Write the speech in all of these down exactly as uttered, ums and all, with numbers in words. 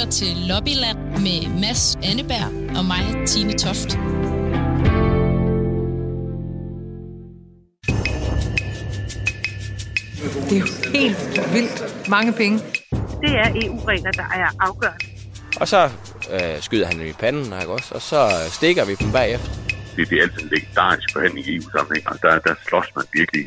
til Lobbyland med Mads Anneberg og mig, Tine Toft. Det er jo helt vildt mange penge. Det er E U-regler, der er afgørende. Og så øh, skyder han dem i panden, ikke også? Og så stikker vi dem bagefter. Det, det er altid en legendarisk forhandling i E U-sammenhæng, og der, der slås man virkelig.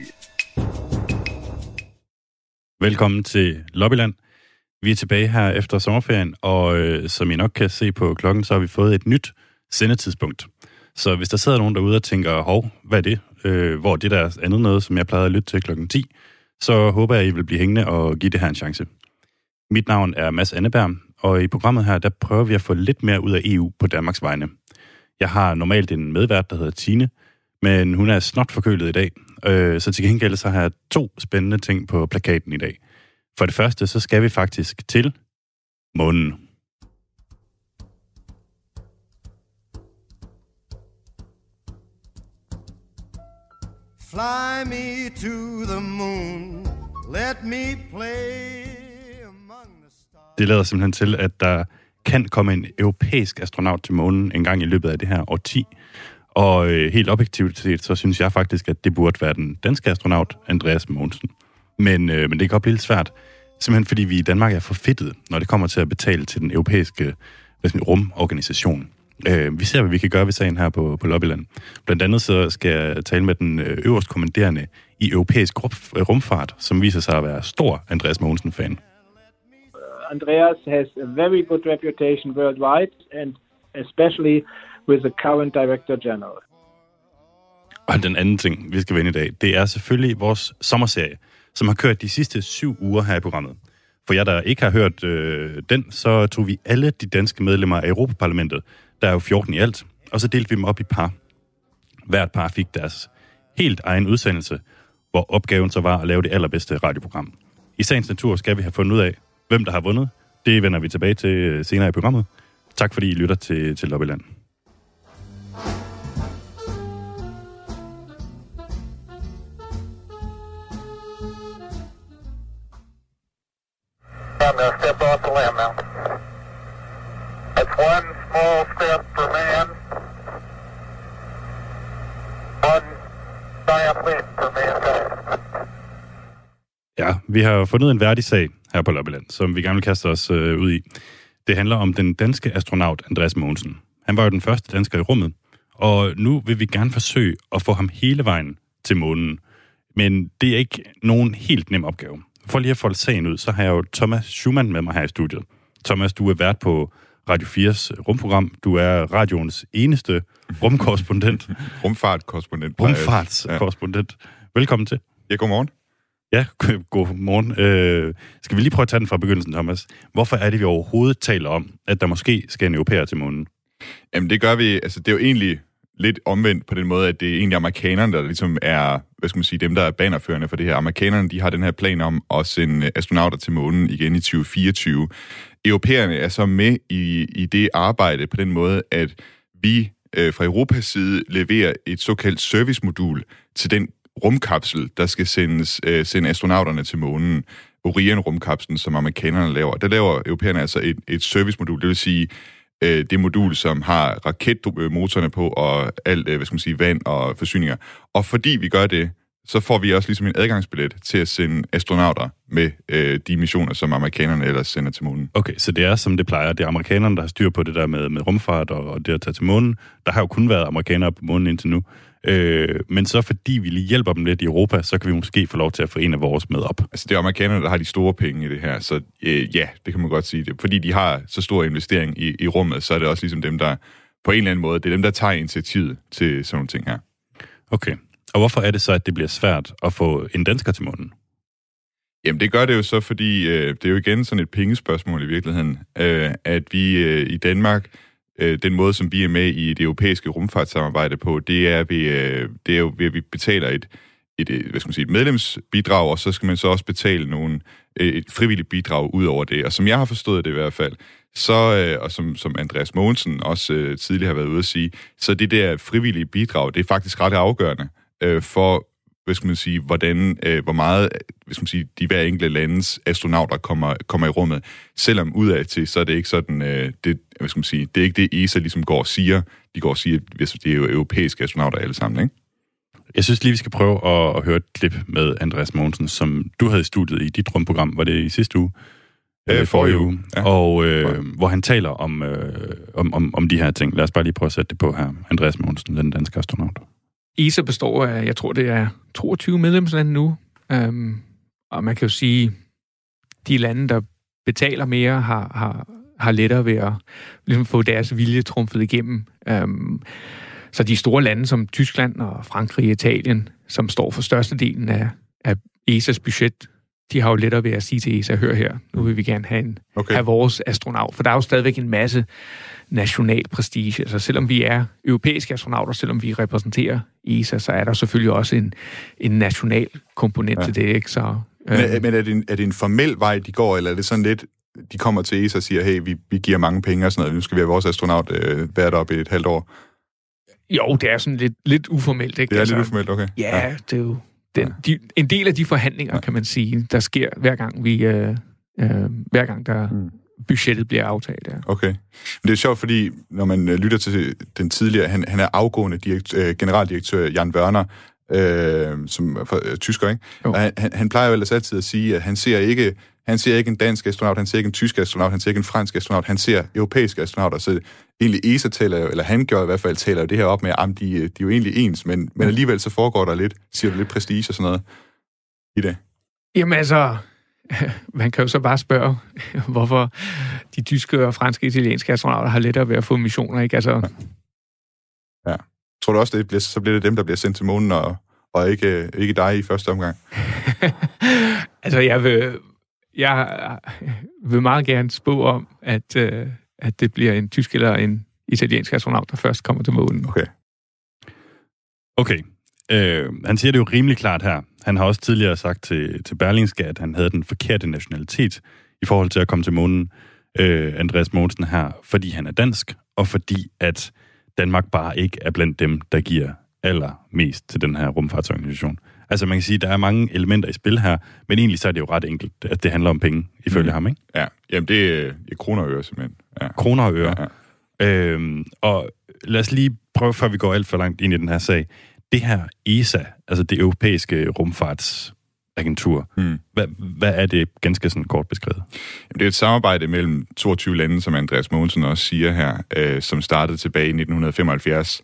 Velkommen til Lobbyland. Vi er tilbage her efter sommerferien, og øh, som I nok kan se på klokken, så har vi fået et nyt sendetidspunkt. Så hvis der sidder nogen derude og tænker, hov, hvad er det? Øh, hvor det der andet noget, som jeg plejede at lytte til klokken ti, så håber jeg, I vil blive hængende og give det her en chance. Mit navn er Mads Anneberg, og i programmet her, der prøver vi at få lidt mere ud af E U på Danmarks vegne. Jeg har normalt en medvært, der hedder Tine, men hun er snot forkølet i dag, øh, så til gengæld så har jeg to spændende ting på plakaten i dag. For det første, så skal vi faktisk til månen. Fly me to the moon, let me play among the stars. Det lader simpelthen til, at der kan komme en europæisk astronaut til månen en gang i løbet af det her årti. Og øh, helt objektivt set, så synes jeg faktisk, at det burde være den danske astronaut, Andreas Mogensen. Men, øh, men det kan godt blive lidt svært, simpelthen fordi vi i Danmark er for fedtet, når det kommer til at betale til den europæiske rumorganisation. Øh, vi ser, hvad vi kan gøre ved sagen her på, på Lobbyland. Blandt andet så skal jeg tale med den øverst kommanderende i europæisk rumfart, som viser sig at være stor Andreas Mogensen-fan. Andreas has a very good reputation worldwide, and especially with the current Director General. Og den anden ting, vi skal vende i dag, det er selvfølgelig vores sommerserie, som har kørt de sidste syv uger her i programmet. For jer, der ikke har hørt øh, den, så tog vi alle de danske medlemmer af Europaparlamentet, der er jo fjorten i alt, og så delte vi dem op i par. Hvert par fik deres helt egen udsendelse, hvor opgaven så var at lave det allerbedste radioprogram. I sagens natur skal vi have fundet ud af, hvem der har vundet. Det vender vi tilbage til senere i programmet. Tak fordi I lytter til, til Lobbyland. I'm going to step off the limb now. That's one small step for man, one giant leap for mankind. Ja, vi har fundet en værdig sag her på Lobbyland, som vi gerne vil kaste os øh, ud i. Det handler om den danske astronaut Andreas Mogensen. Han var jo den første dansker i rummet, og nu vil vi gerne forsøge at få ham hele vejen til månen. Men det er ikke nogen helt nem opgave. For lige at folde sagen ud, så har jeg jo Thomas Schumann med mig her i studiet. Thomas, du er vært på Radio fires rumprogram. Du er radioens eneste rumkorrespondent. Rumfartkorrespondent. Rumfartskorrespondent. Ja. Velkommen til. Ja, godmorgen. Ja, godmorgen. Øh, skal vi lige prøve at tage den fra begyndelsen, Thomas? Hvorfor er det, vi overhovedet taler om, at der måske skal en europæer til månen? Jamen, det gør vi. Altså, det er jo egentlig lidt omvendt på den måde, at det er egentlig amerikanerne, der ligesom er, hvad skal man sige, dem, der er banerførende for det her. Amerikanerne, de har den her plan om at sende astronauter til månen igen i tyve fireogtyve. Europæerne er så med i, i det arbejde på den måde, at vi øh, fra Europas side leverer et såkaldt servicemodul til den rumkapsel, der skal sendes, øh, sende astronauterne til månen. Orion-rumkapslen, som amerikanerne laver. Der laver europæerne altså et, et servicemodul, det vil sige øh, det modul, som har raketmotorerne på og alt, øh, hvad skal man sige, vand og forsyninger. Og fordi vi gør det, så får vi også ligesom en adgangsbillet til at sende astronauter med øh, de missioner, som amerikanerne ellers sender til månen. Okay, så det er, som det plejer. Det er amerikanerne, der har styr på det der med, med rumfart og, og det at tage til månen. Der har jo kun været amerikanere på månen indtil nu. Øh, men så fordi vi lige hjælper dem lidt i Europa, så kan vi måske få lov til at få en af vores med op. Altså det er amerikanerne, der har de store penge i det her, så øh, ja, det kan man godt sige. Det. Fordi de har så stor investering i, i rummet, så er det også ligesom dem, der på en eller anden måde, det er dem, der tager initiativet til sådan nogle ting her. Okay. Og hvorfor er det så, at det bliver svært at få en dansker til månen? Jamen, det gør det jo så, fordi øh, det er jo igen sådan et pengespørgsmål i virkeligheden, øh, at vi øh, i Danmark, øh, den måde, som vi er med i det europæiske rumfartssamarbejde på, det er, vi, øh, det er jo ved, at vi betaler et, et, hvad skal man sige, et medlemsbidrag, og så skal man så også betale nogle, et frivilligt bidrag ud over det. Og som jeg har forstået det i hvert fald, så, øh, og som, som Andreas Mogensen også øh, tidligere har været ude at sige, så det der frivillige bidrag, det er faktisk ret afgørende for, hvad skal man sige, hvordan, øh, hvor meget hvad skal man sige, de hver enkelte landes astronauter kommer, kommer i rummet. Selvom udad til, så er det ikke sådan, øh, det, hvad skal man sige, det er ikke det, E S A ligesom går og siger. De går og siger, at det er jo europæiske astronauter alle sammen, ikke? Jeg synes lige, vi skal prøve at, at høre et klip med Andreas Mogensen, som du havde i studiet i dit rumprogram. Var det i sidste uge? Øh, forrige uge. Ja. Og øh, hvor han taler om, øh, om, om, om de her ting. Lad os bare lige prøve at sætte det på her. Andreas Mogensen, den danske astronaut. E S A består af, jeg tror det er toogtyve medlemslande nu. Um, og man kan jo sige, de lande, der betaler mere, har, har, har lettere ved at ligesom få deres vilje trumfet igennem. Um, så de store lande som Tyskland og Frankrig og Italien, som står for størstedelen af, af E S A's budget, de har jo lettere ved at sige til E S A, hør her, nu vil vi gerne have, en, okay. have vores astronaut. For der er jo stadigvæk en masse national prestige. Altså selvom vi er europæiske astronauter, selvom vi repræsenterer E S A, så er der selvfølgelig også en, en national komponent ja. til det, ikke? Så, øh... Men, men er, det en, er det en formel vej, de går, eller er det sådan lidt, de kommer til E S A og siger, hey, vi, vi giver mange penge og sådan noget, nu skal vi have vores astronaut øh, hvert op i et halvt år? Jo, det er sådan lidt, lidt uformelt, ikke? Det er altså, lidt uformelt, okay. Ja, ja. det er jo den, de, en del af de forhandlinger, ja. kan man sige, der sker hver gang vi, øh, øh, hver gang der mm. budgettet bliver aftalt. Ja. Okay. Men det er sjovt, fordi når man lytter til den tidligere, han, han er afgående direktør, generaldirektør Jan Wörner, øh, som er øh, tysker, ikke? Og han, han plejer jo ellers altid at sige, at han ser ikke Han ser ikke en dansk astronaut, han ser ikke en tysk astronaut, han ser ikke en fransk astronaut, han ser europæiske astronauter. Så egentlig E S A taler jo, eller han gør i hvert fald, taler jo det her op med, at de, de er jo egentlig ens, men, men alligevel så foregår der lidt, siger du lidt prestige og sådan noget i det. Jamen altså, man kan jo så bare spørge, hvorfor de tyske og franske og italienske astronauter har lettere ved at få missioner, ikke? Altså... Ja. ja. Tror du også, det bliver, så bliver det dem, der bliver sendt til månen, og, og ikke, ikke dig i første omgang? altså, jeg vil... Jeg vil meget gerne spå om, at, øh, at det bliver en tysk eller en italiensk astronaut, der først kommer til månen. Okay. Okay. Øh, han siger det jo rimelig klart her. Han har også tidligere sagt til, til Berlingske, at han havde den forkerte nationalitet i forhold til at komme til månen, øh, Andreas Mogensen her, fordi han er dansk, og fordi at Danmark bare ikke er blandt dem, der giver allermest til den her rumfartsorganisation. Altså man kan sige, at der er mange elementer i spil her, men egentlig så er det jo ret enkelt, at det handler om penge, ifølge mm. ham, ikke? Ja, jamen det er ja, kroner og øre simpelthen. Ja. Kroner og øre. Ja, ja. Øhm, og lad os lige prøve, før vi går alt for langt ind i den her sag. Det her E S A, altså det europæiske rumfartsagentur, mm. hvad, hvad er det ganske sådan kort beskrevet? Jamen, det er et samarbejde mellem toogtyve lande, som Andreas Mogensen også siger her, øh, som startede tilbage i nitten femoghalvfjerds.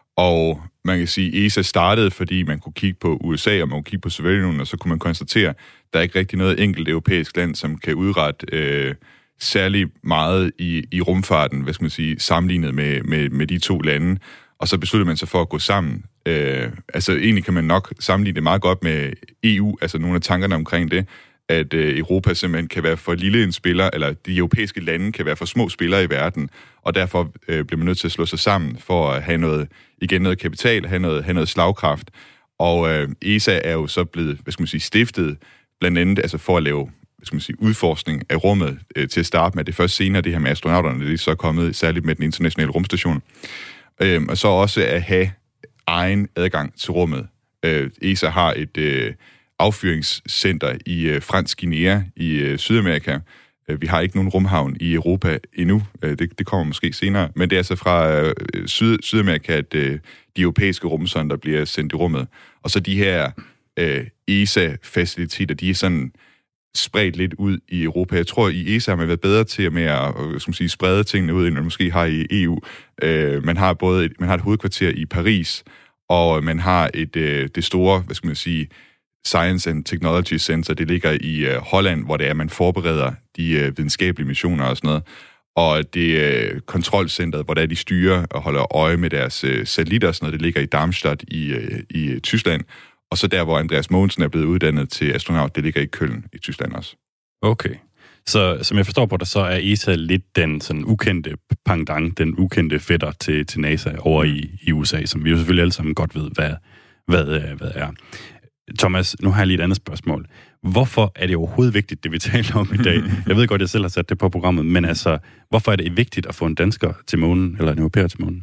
Og man kan sige, at E S A startede, fordi man kunne kigge på U S A, og man kunne kigge på Sovjetunionen, og så kunne man konstatere, at der er ikke rigtig noget enkelt europæisk land, som kan udrette øh, særlig meget i, i rumfarten, hvad skal man sige, sammenlignet med, med, med de to lande. Og så besluttede man sig for at gå sammen. Øh, altså egentlig kan man nok sammenligne det meget godt med E U, altså nogle af tankerne omkring det, at øh, Europa simpelthen kan være for lille en spiller, eller de europæiske lande kan være for små spillere i verden, og derfor øh, bliver man nødt til at slå sig sammen for at have noget, igen noget kapital, have noget, have noget slagkraft. Og øh, E S A er jo så blevet, hvad skal man sige, stiftet, blandt andet altså for at lave, hvad skal man sige, udforskning af rummet øh, til at starte med. Det først senere, det her med astronauterne, det er så kommet særligt med den internationale rumstation. Øh, og så også at have egen adgang til rummet. Øh, E S A har et øh, affyringscenter i øh, Fransk Guinea i øh, Sydamerika. Øh, vi har ikke nogen rumhavn i Europa endnu. Øh, det, det kommer måske senere. Men det er altså fra øh, Syd, Sydamerika, at øh, de europæiske rumsonder bliver sendt i rummet. Og så de her øh, E S A-faciliteter, de er sådan spredt lidt ud i Europa. Jeg tror, i E S A har man været bedre til med at som sige, sprede tingene ud, end man måske har i E U. Øh, man har både et, man har et hovedkvarter i Paris, og man har et øh, det store, hvad skal man sige, Science and Technology Center. Det ligger i øh, Holland, hvor det er, man forbereder de øh, videnskabelige missioner og sådan noget. Og det øh, kontrolcentret, hvor der de styrer og holder øje med deres øh, satellitter og sådan noget, det ligger i Darmstadt i, øh, i Tyskland. Og så der, hvor Andreas Mogensen er blevet uddannet til astronaut, det ligger i Køln i Tyskland også. Okay. Så som jeg forstår på det, så er E S A lidt den sådan ukendte pendant, den ukendte fætter til, til NASA over i, i U S A, som vi jo selvfølgelig alle sammen godt ved, hvad, hvad, hvad er. Thomas, nu har jeg lige et andet spørgsmål. Hvorfor er det overhovedet vigtigt, det vi taler om i dag? Jeg ved godt, jeg selv har sat det på programmet, men altså, hvorfor er det vigtigt at få en dansker til månen, eller en europæer til månen?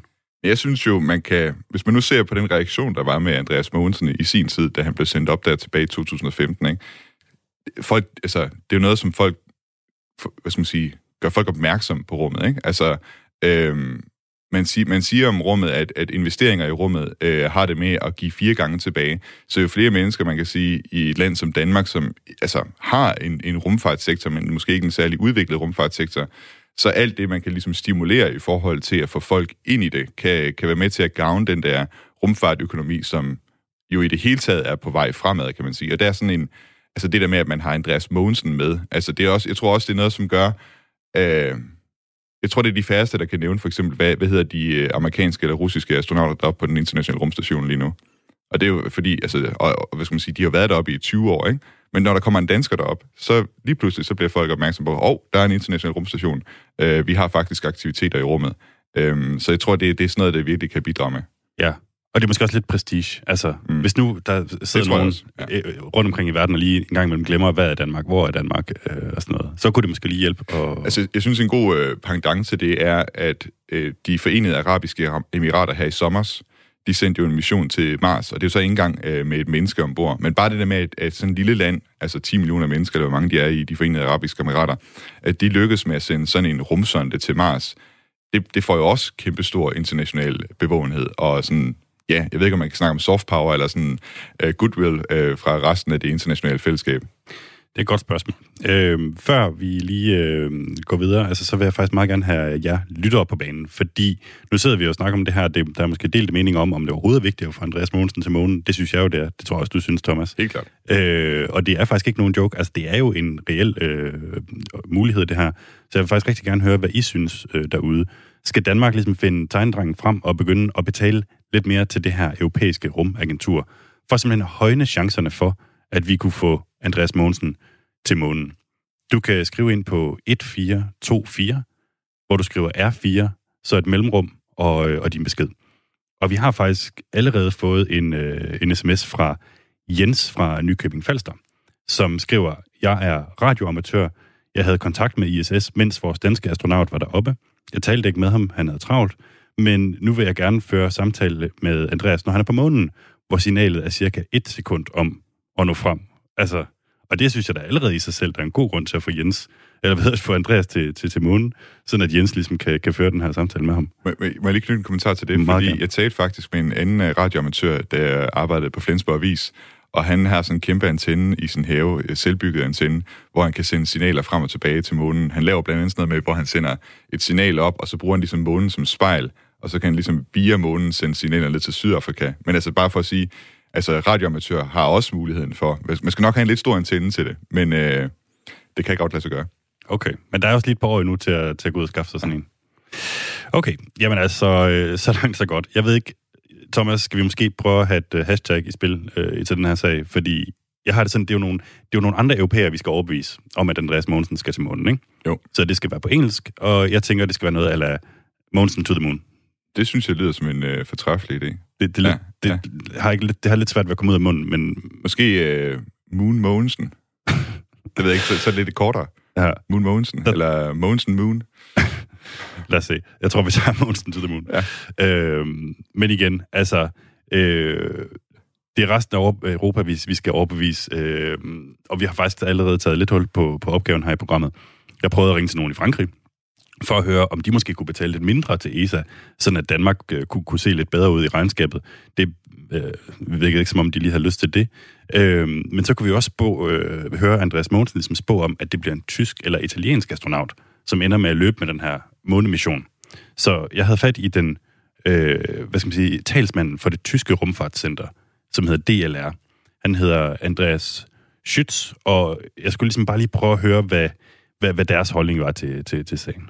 Jeg synes jo, man kan... Hvis man nu ser på den reaktion, der var med Andreas Mogensen i sin tid, da han blev sendt op der tilbage i to tusind og femten, ikke? Folk, altså, det er jo noget, som folk... Hvad skal man sige? Gør folk opmærksom på rummet, ikke? Altså, øhm, man, sig, man siger om rummet, at, at investeringer i rummet øh, har det med at give fire gange tilbage. Så jo flere mennesker, man kan sige, i et land som Danmark, som altså, har en, en rumfartssektor, men måske ikke en særlig udviklet rumfartssektor, så alt det, man kan ligesom stimulere i forhold til at få folk ind i det, kan, kan være med til at gavne den der rumfartøkonomi, som jo i det hele taget er på vej fremad, kan man sige. Og der er sådan en, altså det der med, at man har Andreas Mogensen med, altså det er også, jeg tror også, det er noget, som gør, øh, jeg tror, det er de færreste, der kan nævne for eksempel, hvad, hvad hedder de amerikanske eller russiske astronauter deroppe på den internationale rumstation lige nu. Og det er jo fordi, altså, og, og hvad skal man sige, de har været deroppe i tyve år, ikke? Men når der kommer en dansker derop, så lige pludselig så bliver folk opmærksom på, åh, oh, der er en international rumstation. Uh, vi har faktisk aktiviteter i rummet. Um, så jeg tror, det, det er sådan noget, der virkelig kan bidrage med. Ja, og det er måske også lidt prestige. Altså, mm. hvis nu der sidder nogen også, ja. rundt omkring i verden og lige en gang imellem glemmer, hvad er Danmark, hvor er Danmark, øh, og sådan noget, så kunne det måske lige hjælpe. Og... Altså, jeg synes, en god øh, pendant til det er, at øh, de Forenede Arabiske Emirater her i sommers, de sendte jo en mission til Mars, og det er jo så ikke engang øh, med et menneske ombord. Men bare det der med, at, at sådan et lille land, altså ti millioner mennesker, eller hvor mange de er i de Forenede Arabiske Emirater, at de lykkes med at sende sådan en rumsonde til Mars, det, det får jo også kæmpestor international bevågenhed, og sådan, ja, jeg ved ikke, om man kan snakke om soft power, eller sådan uh, goodwill uh, fra resten af det internationale fællesskab. Det er et godt spørgsmål. Øh, før vi lige øh, går videre, altså, så vil jeg faktisk meget gerne have jer lyttere på banen, fordi nu sidder vi og snakker om det her, det, der er måske delt mening om, om det overhovedet er vigtigt at få Andreas Mogensen til månen. Det synes jeg jo, det er. Det tror jeg også, du synes, Thomas. Helt klart. Øh, og det er faktisk ikke nogen joke. Altså, det er jo en reel øh, mulighed, det her. Så jeg vil faktisk rigtig gerne høre, hvad I synes øh, derude. Skal Danmark ligesom finde tegnedrengen frem og begynde at betale lidt mere til det her europæiske rumagentur, for simpelthen at højne chancerne for, at vi kunne få Andreas Mogensen til månen? Du kan skrive ind på et fire to fire, hvor du skriver R fire, så et mellemrum og, og din besked. Og vi har faktisk allerede fået en, øh, en sms fra Jens fra Nykøbing Falster, som skriver, jeg er radioamatør. Jeg havde kontakt med I S S, mens vores danske astronaut var deroppe. Jeg talte ikke med ham, han havde travlt, men nu vil jeg gerne føre samtale med Andreas, når han er på månen, hvor signalet er cirka et sekund om at nå frem. Altså, og det synes jeg da allerede i sig selv, der er en god grund til at få Jens, eller hvad hedder det, få Andreas til, til, til månen, sådan at Jens ligesom kan, kan føre den her samtale med ham. Må, må jeg lige knytte en kommentar til det? Meget fordi gerne. Jeg talte faktisk med en anden radioamatør, der arbejdede på Flensborg Avis, og han har sådan en kæmpe antenne i sin have, selvbygget antenne, hvor han kan sende signaler frem og tilbage til månen. Han laver blandt andet sådan noget med, hvor han sender et signal op, og så bruger han ligesom månen som spejl, og så kan han ligesom via månen sende signaler lidt til Sydafrika. Men altså bare for at sige, altså radioamatør har også muligheden for, man skal nok have en lidt stor antenne til det, men øh, det kan godt lade sig gøre. Okay, men der er også lige et par år endnu til at, til at gå ud og skaffe sig sådan en. Okay, jamen altså, øh, så langt så godt. Jeg ved ikke, Thomas, skal vi måske prøve at have et hashtag i spil øh, til den her sag, fordi jeg har det sådan, det er jo nogle, det er jo nogle andre europæere, vi skal overbevise om, at Andreas Mogensen skal til månen, ikke? Jo. Så det skal være på engelsk, og jeg tænker, det skal være noget a la Mogensen to the moon. Det synes jeg lyder som en øh, fortræffelig idé. Det, det, ja, det, ja. Har ikke, det har lidt svært ved at komme ud af munden, men... Måske øh, Moon Mogensen. Det ved jeg ikke, så, så er det lidt kortere. Ja. Moon Mogensen, der... eller Mogensen Moon. Lad os se. Jeg tror, vi tager Mogensen to the moon. Ja. Øhm, men igen, altså... Øh, det er resten af Europa, vi, vi skal overbevise, øh, og vi har faktisk allerede taget lidt hul på, på opgaven her i programmet. Jeg prøvede at ringe til nogen i Frankrig, for at høre, om de måske kunne betale lidt mindre til E S A, sådan at Danmark øh, kunne, kunne se lidt bedre ud i regnskabet. Det øh, virkede ikke, som om de lige havde lyst til det. Øh, men så kunne vi også spå, øh, høre Andreas Mogensen ligesom spå om, at det bliver en tysk eller italiensk astronaut, som ender med at løbe med den her månemission. Så jeg havde fat i den, øh, hvad skal man sige, talsmanden for det tyske rumfartscenter, som hedder D L R. Han hedder Andreas Schütz, og jeg skulle ligesom bare lige prøve at høre, hvad, hvad, hvad deres holdning var til, til, til sagen.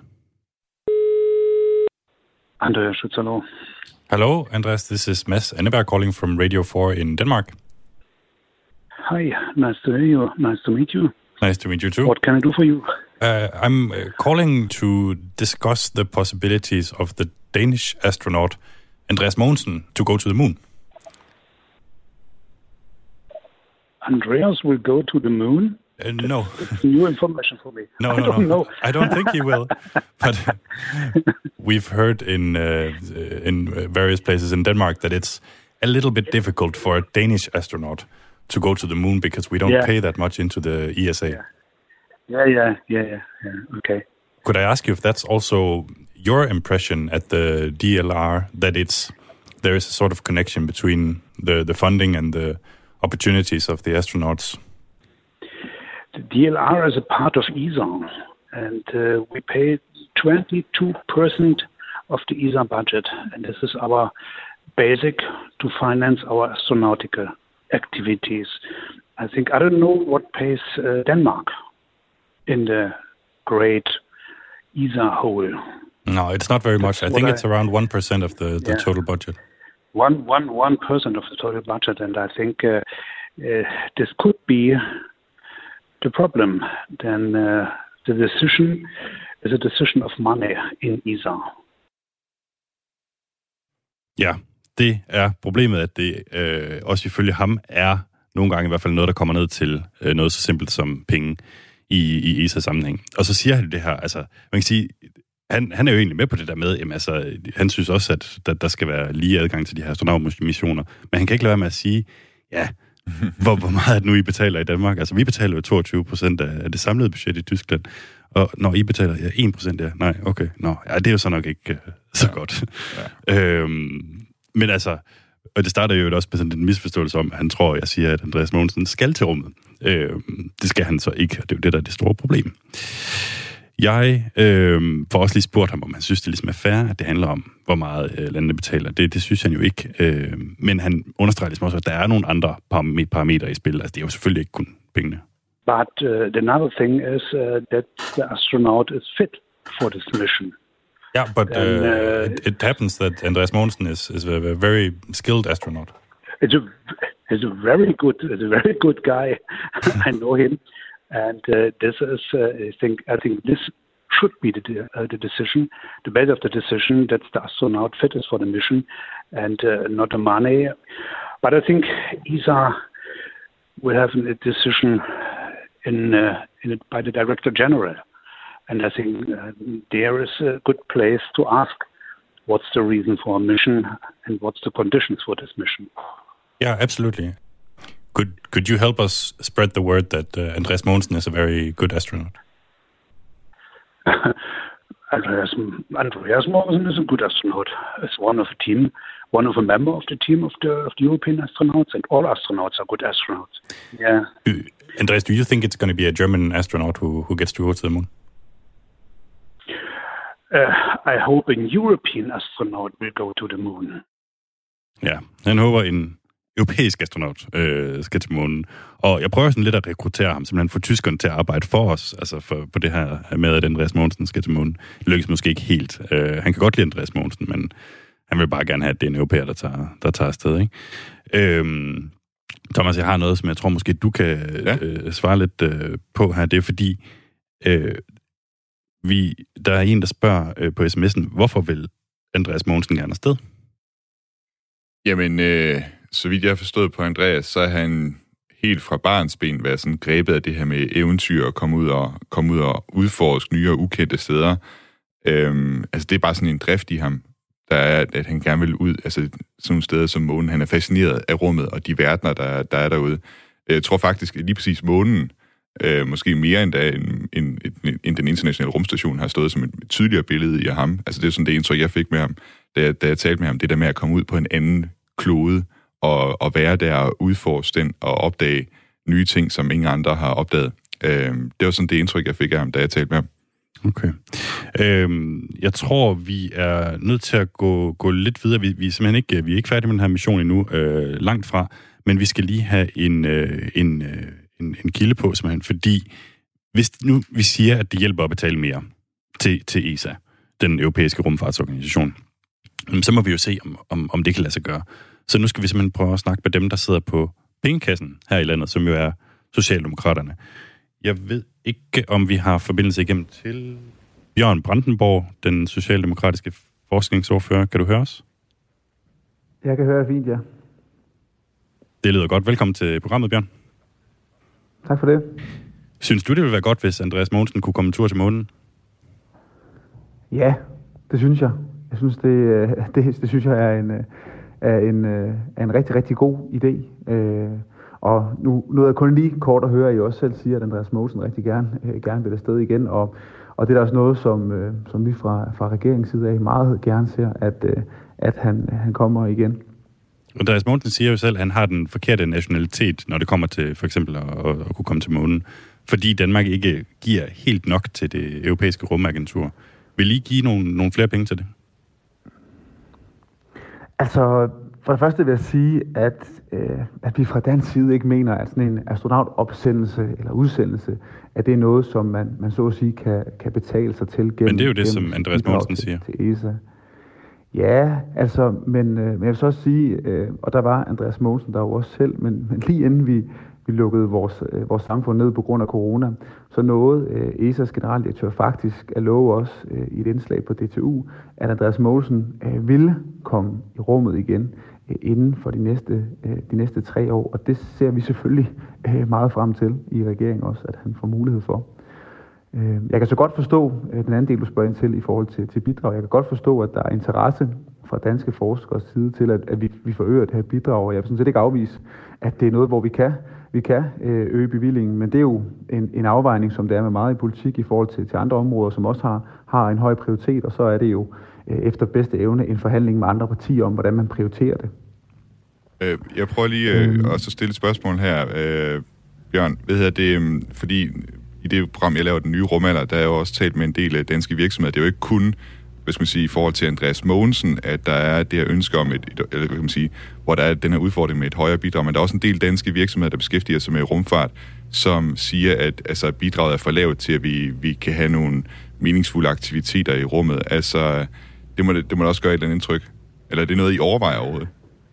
Andreas Schütz, hello. Hello, Andreas. This is Mads Anneberg calling from Radio four in Denmark. Hi, nice to hear you. Nice to meet you. Nice to meet you too. What can I do for you? Uh, I'm uh, calling to discuss the possibilities of the Danish astronaut Andreas Mogensen to go to the moon. Andreas will go to the moon? Uh, no. It's new information for me. No, I no, don't no. know. I don't think he will. But we've heard in uh, in various places in Denmark that it's a little bit difficult for a Danish astronaut to go to the moon because we don't yeah. pay that much into the E S A. Yeah. yeah, yeah, yeah, yeah, yeah. Okay. Could I ask you if that's also your impression at the D L R, that it's there is a sort of connection between the, the funding and the opportunities of the astronauts? The D L R is a part of E S A, and uh, we pay twenty-two percent of the E S A budget, and this is our basic to finance our astronautical activities. I think, I don't know what pays uh, Denmark in the great E S A whole. No, it's not very much. That's I think I, it's around one percent of the, the yeah. total budget. One, one, one percent of the total budget, and I think uh, uh, this could be the problem. Then uh, the decision is a decision of money in E S A. Ja, det er problemet, at det øh, også ifølge ham er nogle gange i hvert fald noget, der kommer ned til øh, noget så simpelt som penge i, i E S A-sammenhæng. Og så siger han det her, altså man kan sige, han, han er jo egentlig med på det der med, jamen, altså, han synes også, at der, der skal være lige adgang til de her astronautmissioner, men han kan ikke lade være med at sige, ja, hvor, hvor meget er det nu, I betaler i Danmark? Altså, vi betaler jo toogtyve procent af, af det samlede budget i Tyskland, og når I betaler ja, en procent, ja, nej, okay, nå, ja, det er jo så nok ikke uh, så ja. godt. Ja. Øhm, men altså, og det starter jo også med sådan en misforståelse om, at han tror, jeg siger, at Andreas Mogensen skal til rummet. Øhm, det skal han så ikke, og det er jo det, der er det store problem. Jeg øh, får også lige spurgt ham, om han synes, det ligesom er fair, at det handler om, hvor meget øh, landene betaler. Det, det synes han jo ikke. Øh, men han understreger ligesom også, at der er nogle andre parametre i spil. Altså, det er jo selvfølgelig ikke kun pengene. But uh, the another thing is uh, that the astronaut is fit for this mission. Yeah, but uh, And, uh, it, it happens that Andreas Mogensen is, is a, a very skilled astronaut. It's a, it's a very good, it's a very good guy. I know him. And uh, this is, uh, I think, I think this should be the, uh, the decision, the base of the decision that the astronaut fit is for the mission, and uh, not the money. But I think E S A will have a decision in, uh, in by the Director General, and I think uh, there is a good place to ask what's the reason for a mission and what's the conditions for this mission. Yeah, absolutely. Could could you help us spread the word that uh, Andreas Mogensen is a very good astronaut? Andreas, Andreas Mogensen is a good astronaut. He's one of the team, one of a member of the team of the, of the European astronauts, and all astronauts are good astronauts. Yeah. Uh, Andreas, do you think it's going to be a German astronaut who, who gets to go to the moon? Uh, I hope a European astronaut will go to the moon. Ja, han håber en europæisk astronaut øh, skal til månen. Og jeg prøver sådan lidt at rekruttere ham, simpelthen få tyskerne til at arbejde for os, altså for, på det her med, at Andreas Mogensen skal til månen. Det lykkes måske ikke helt. Øh, han kan godt lide Andreas Mogensen, men han vil bare gerne have, at det er en europæer, der tager, der tager afsted. Ikke? Øhm, Thomas, jeg har noget, som jeg tror måske, du kan ja. øh, svare lidt øh, på her. Det er fordi, øh, vi, der er en, der spørger øh, på sms'en, hvorfor vil Andreas Mogensen gerne afsted? Jamen, øh, så vidt jeg har forstået på Andreas, så er han helt fra barnsben været sådan grebet af det her med eventyr og komme ud og, komme ud og udforske nye og ukendte steder. Øhm, altså, det er bare sådan en drift i ham, der er, at han gerne vil ud, altså sådan nogle steder som månen. Han er fascineret af rummet og de verdener, der, der er derude. Jeg tror faktisk, at lige præcis månen, øh, måske mere end, da, end, end, end den internationale rumstation, har stået som et tydeligere billede i ham. Altså, det er sådan det indtryk, jeg fik med ham, da, da jeg talte med ham. Det der med at komme ud på en anden klode og, og være der og udforske den og opdage nye ting, som ingen andre har opdaget. Øh, det var sådan det indtryk, jeg fik af ham, da jeg talte med ham. Okay. Øhm, jeg tror, vi er nødt til at gå, gå lidt videre. Vi, vi er simpelthen ikke, vi er ikke færdige med den her mission endnu, øh, langt fra, men vi skal lige have en, øh, en, øh, en, en kilde på, simpelthen, fordi hvis nu vi siger, at det hjælper at betale mere til, til E S A, den europæiske rumfartsorganisation, så må vi jo se, om, om, om det kan lade sig gøre. Så nu skal vi simpelthen prøve at snakke med dem, der sidder på pengekassen her i landet, som jo er Socialdemokraterne. Jeg ved ikke, om vi har forbindelse igennem til Bjørn Brandenborg, den socialdemokratiske forskningsordfører. Kan du høre os? Jeg kan høre fint, ja. Det lyder godt. Velkommen til programmet, Bjørn. Tak for det. Synes du, det ville være godt, hvis Andreas Mogensen kunne komme en tur til månen? Ja, det synes jeg. Jeg synes, det, det, det synes jeg er en, er, en, er en rigtig, rigtig god idé. Og nu, nu er det kun lige kort at høre, at I også selv siger, at Andreas Mogensen rigtig gerne, gerne vil afsted igen. Og, og det er også noget, som, som vi fra, fra regeringens side af meget gerne ser, at, at han, han kommer igen. Andreas Mogensen siger jo selv, at han har den forkerte nationalitet, når det kommer til for eksempel at, at, at kunne komme til månen. Fordi Danmark ikke giver helt nok til det europæiske rumagentur. Vil I give nogle, nogle flere penge til det? Altså, for det første vil jeg sige, at, øh, at vi fra dansk side ikke mener, at sådan en astronautopsendelse eller udsendelse, at det er noget, som man, man så at sige kan, kan betale sig til gennem... Men det er jo det, som Andreas Mogensen siger. Til, til E S A. Ja, altså, men, øh, men jeg vil så også sige, øh, og der var Andreas Mogensen der jo også selv, men, men lige inden vi, vi lukkede vores, øh, vores samfund ned på grund af corona, så nåede øh, E S A's generaldirektør faktisk at love os øh, i et indslag på D T U, at Andreas Mogensen øh, ville komme i rummet igen øh, inden for de næste, øh, de næste tre år, og det ser vi selvfølgelig øh, meget frem til i regeringen også, at han får mulighed for. Jeg kan så godt forstå den anden del, du spørger ind til i forhold til, til bidrag. Jeg kan godt forstå, at der er interesse fra danske forskers side til, at, at vi, vi forøger det her bidrag. Og jeg vil sådan set ikke afvise, at det er noget, hvor vi kan, vi kan øge bevillingen. Men det er jo en, en afvejning, som det er med meget i politik i forhold til, til andre områder, som også har, har en høj prioritet. Og så er det jo efter bedste evne en forhandling med andre partier om, hvordan man prioriterer det. Jeg prøver lige øh, også at stille et spørgsmål her, øh, Bjørn. Hvad hedder det, fordi... I det program, jeg laver, Den Nye Rumalder, der er jo også talt med en del af danske virksomheder. Det er jo ikke kun, hvad skal man sige, i forhold til Andreas Mogensen, at der er det her ønske om, et, eller hvad kan man sige, hvor der er den her udfordring med et højere bidrag, men der er også en del danske virksomheder, der beskæftiger sig med rumfart, som siger, at altså, bidraget er for lavt til, at vi, vi kan have nogle meningsfulde aktiviteter i rummet. Altså, det må det, det må også gøre et eller andet indtryk. Eller er det noget, I overvejer overhovedet?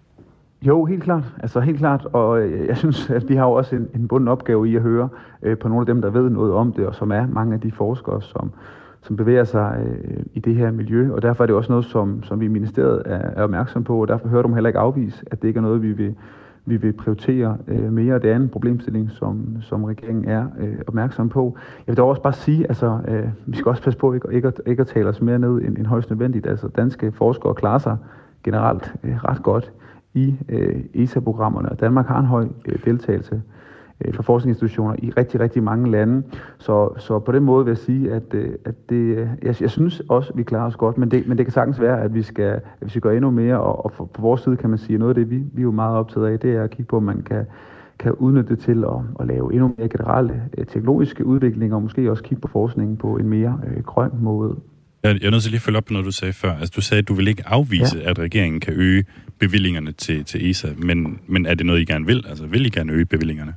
Jo, helt klart. Altså helt klart, og jeg synes, at vi har jo også en, en bunden opgave i at høre øh, på nogle af dem, der ved noget om det, og som er mange af de forskere, som, som bevæger sig øh, i det her miljø, og derfor er det også noget, som, som vi i ministeriet er, er opmærksom på, og derfor hører du heller ikke afvise, at det ikke er noget, vi vil, vi vil prioritere øh, mere. Det er en problemstilling, som, som regeringen er øh, opmærksom på. Jeg vil dog også bare sige, altså øh, vi skal også passe på ikke, ikke, at, ikke at tale os mere ned end, end højst nødvendigt. Altså danske forskere klarer sig generelt øh, ret godt i øh, E S A-programmerne, og Danmark har en høj øh, deltagelse øh, for forskningsinstitutioner i rigtig, rigtig mange lande. Så, så på den måde vil jeg sige, at, øh, at det, jeg, jeg synes også, at vi klarer os godt, men det, men det kan sagtens være, at vi skal, at vi skal gøre endnu mere, og, og for, på vores side kan man sige, at noget af det, vi, vi er jo meget optaget af, det er at kigge på, om man kan, kan udnytte det til at, at lave endnu mere generelle øh, teknologiske udviklinger, og måske også kigge på forskningen på en mere øh, grøn måde. Jeg er nødt til lige at følge op på noget, du sagde før. Altså, du sagde, at du vil ikke afvise, ja. at regeringen kan øge bevillingerne til, til E S A, men, men er det noget, I gerne vil? Altså, vil I gerne øge bevillingerne?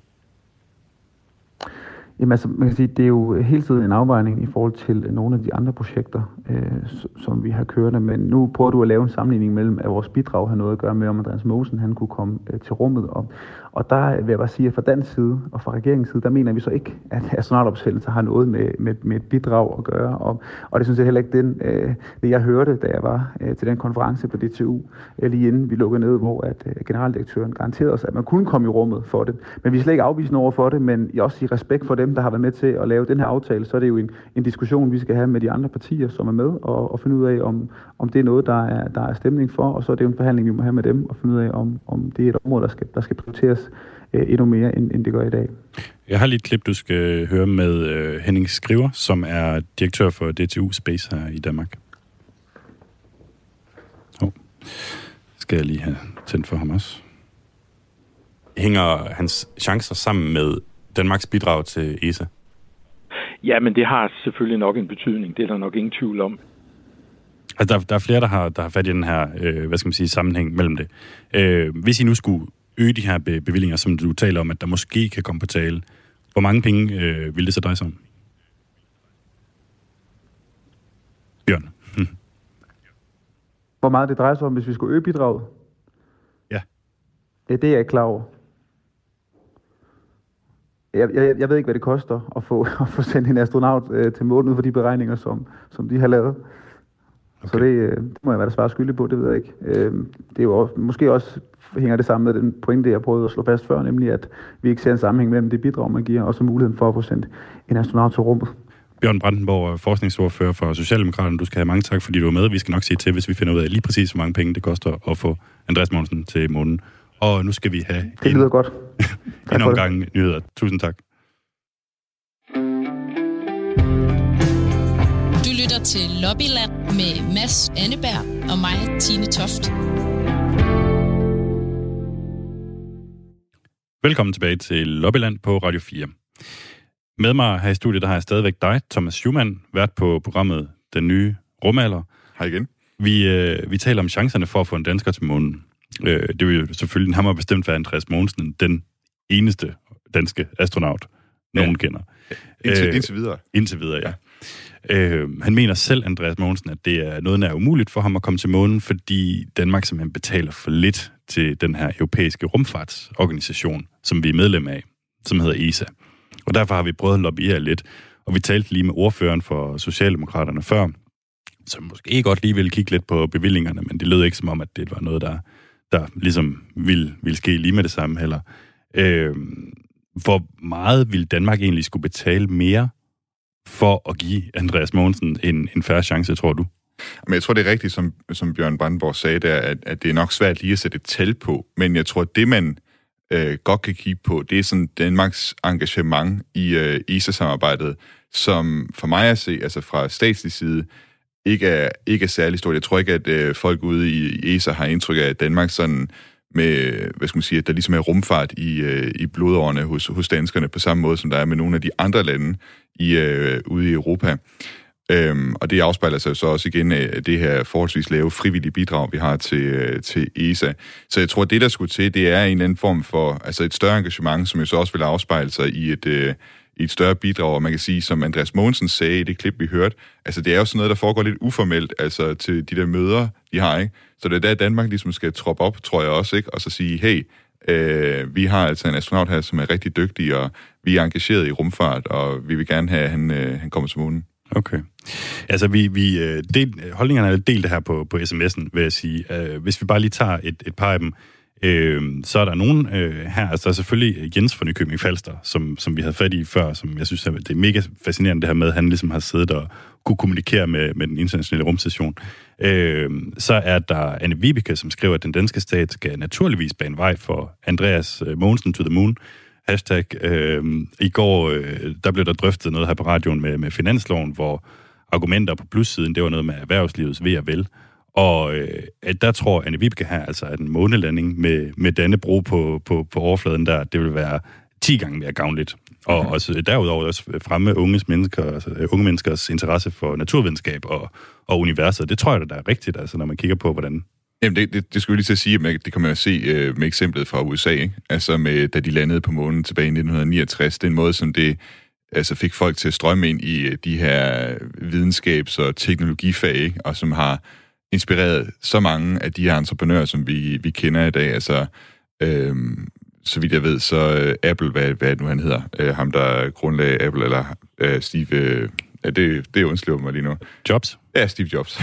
Jamen altså, man kan sige, det er jo hele tiden en afvejning i forhold til nogle af de andre projekter, øh, som vi har kørende, men nu prøver du at lave en sammenligning mellem, at vores bidrag har noget at gøre med, om Andreas Mogensen han kunne komme øh, til rummet, og, og der vil jeg bare sige, at fra dansk side og fra regeringens side, der mener vi så ikke, at astronautopsendelser har noget med, med, med et bidrag at gøre, og, og det synes jeg heller ikke, den, øh, det jeg hørte, da jeg var øh, til den konference på D T U, øh, lige inden vi lukkede ned, hvor at øh, generaldirektøren garanterede os, at man kunne komme i rummet for det, men vi er slet ikke afvisende over for det, men jeg også i respekt for dem, der har været med til at lave den her aftale, så er det jo en, en diskussion, vi skal have med de andre partier, som er med, og, og finde ud af, om, om det er noget, der er, der er stemning for, og så er det jo en forhandling, vi må have med dem, og finde ud af, om, om det er et område, der skal, der skal prioriteres øh, endnu mere, end, end det gør i dag. Jeg har lige et klip, du skal høre med øh, Henning Skriver, som er direktør for D T U Space her i Danmark. Oh. Skal jeg lige have tændt for ham også. Hænger hans chancer sammen med Danmarks bidrag til E S A? Ja, men det har selvfølgelig nok en betydning. Det er der nok ingen tvivl om. Altså, der, der er flere, der har, der har fat i den her, øh, hvad skal man sige, sammenhæng mellem det. Øh, hvis I nu skulle øge de her be- bevillinger, som du taler om, at der måske kan komme på tale, hvor mange penge øh, vil det så dreje sig om? Bjørn. Hm. Hvor meget det drejer sig om, hvis vi skulle øge bidraget? Ja. Ja, det er jeg ikke klar over. Jeg, jeg, jeg ved ikke, hvad det koster at få, at få sendt en astronaut øh, til månen ud for de beregninger, som, som de har lavet. Okay. Så det, øh, det må jeg være der svare skyldig på, det ved jeg ikke. Øh, det er jo også, måske også hænger det sammen med den pointe, jeg prøvede at slå fast før, nemlig at vi ikke ser en sammenhæng mellem det bidrag, man giver, og så muligheden for at få sendt en astronaut til rummet. Bjørn Brandenborg, forskningsordfører for Socialdemokraterne. Du skal have mange tak, fordi du er med. Vi skal nok sige til, hvis vi finder ud af lige præcis, hvor mange penge det koster at få Andreas Mogensen til månen. Og nu skal vi have det lyder en, godt. en omgang nyheder. Tusind tak. Du lytter til Lobbyland med Mads Anneberg og mig, Tine Toft. Velkommen tilbage til Lobbyland på Radio fire. Med mig her i studiet, der har jeg stadigvæk dig, Thomas Schumann, vært på programmet Den Nye Rumalder. Hej igen. Vi, øh, vi taler om chancerne for at få en dansker til månen. Øh, det vil jo selvfølgelig nærmere bestemt være Andreas Mogensen, den eneste danske astronaut, nogen ja. kender. Indtil, øh, indtil videre. Indtil videre, ja. ja. Øh, han mener selv, Andreas Mogensen, at det er noget nær umuligt for ham at komme til månen, fordi Danmark simpelthen betaler for lidt til den her europæiske rumfartsorganisation, som vi er medlem af, som hedder E S A. Og derfor har vi prøvet at lobbyere lidt, og vi talte lige med ordføreren for Socialdemokraterne før, som måske godt lige ville kigge lidt på bevillingerne, men det lød ikke som om, at det var noget, der, der ligesom ville, ville ske lige med det samme heller. Øh, hvor meget ville Danmark egentlig skulle betale mere for at give Andreas Mogensen en, en fair chance, tror du? Men jeg tror, det er rigtigt, som, som Bjørn Brandenborg sagde der, at, at det er nok svært lige at sætte et tal på, men jeg tror, det man øh, godt kan kigge på, det er sådan Danmarks engagement i øh, E S A-samarbejdet, som for mig at se, altså fra statslig side, ikke er, ikke er særlig stort. Jeg tror ikke, at øh, folk ude i, i E S A har indtryk af, at Danmark sådan med, hvad skal man sige, at der ligesom er rumfart i, øh, i blodårene hos, hos danskerne, på samme måde som der er med nogle af de andre lande i, øh, ude i Europa. Øhm, og det afspejler sig så også igen af det her forholdsvis lave frivillige bidrag, vi har til, øh, til E S A. Så jeg tror, at det, der skulle til, det er en eller anden form for altså et større engagement, som jo så også vil afspejle sig i et, øh, i et større bidrag. Og man kan sige, som Andreas Mogensen sagde i det klip, vi hørte, altså det er jo sådan noget, der foregår lidt uformelt, altså til de der møder, de har, ikke? Så det er der, Danmark ligesom skal troppe op, tror jeg også, ikke? Og så sige, hey, øh, vi har altså en astronaut her, som er rigtig dygtig, og vi er engageret i rumfart, og vi vil gerne have, at han, øh, han kommer til månen. Okay. Altså, vi, vi del, holdningerne er delt her på, på sms'en, vil jeg sige. Uh, hvis vi bare lige tager et, et par af dem, uh, så er der nogen uh, her, altså der er selvfølgelig Jens fra Nykøbing Falster, som, som vi havde fat i før, som jeg synes, det er mega fascinerende det her med, at han ligesom har siddet og kunne kommunikere med, med den internationale rumstation. Uh, så er der Anne Vibeke, som skriver, at den danske stat skal naturligvis bane vej for Andreas Mogensen to the moon. Hashtag. Øh, I går, øh, der blev der drøftet noget her på radioen med, med finansloven, hvor argumenter på plussiden, det var noget med erhvervslivets ved og vel. Og øh, der tror Anne Vibeke her, altså at en månelanding med, med Dannebrog på, på, på overfladen der, det vil være ti gange mere gavnligt. Og okay. også derudover også fremme unges mennesker, altså, unge menneskers interesse for naturvidenskab og, og universet. Det tror jeg, der er rigtigt, altså, når man kigger på, hvordan... Jamen, det, det, det skulle jeg lige til at sige, at det kan man jo se øh, med eksemplet fra U S A, ikke? Altså, med, da de landede på månen tilbage i nitten niogtres. Det er en måde, som det altså, fik folk til at strømme ind i de her videnskabs- og teknologifag, ikke? Og som har inspireret så mange af de her entreprenører, som vi, vi kender i dag. Altså, øh, så vidt jeg ved, så øh, Apple, hvad, hvad nu han hedder, øh, ham der grundlagde Apple, eller øh, Steve... Øh, Ja, det, det undslipper mig lige nu. Jobs? Ja, Steve Jobs.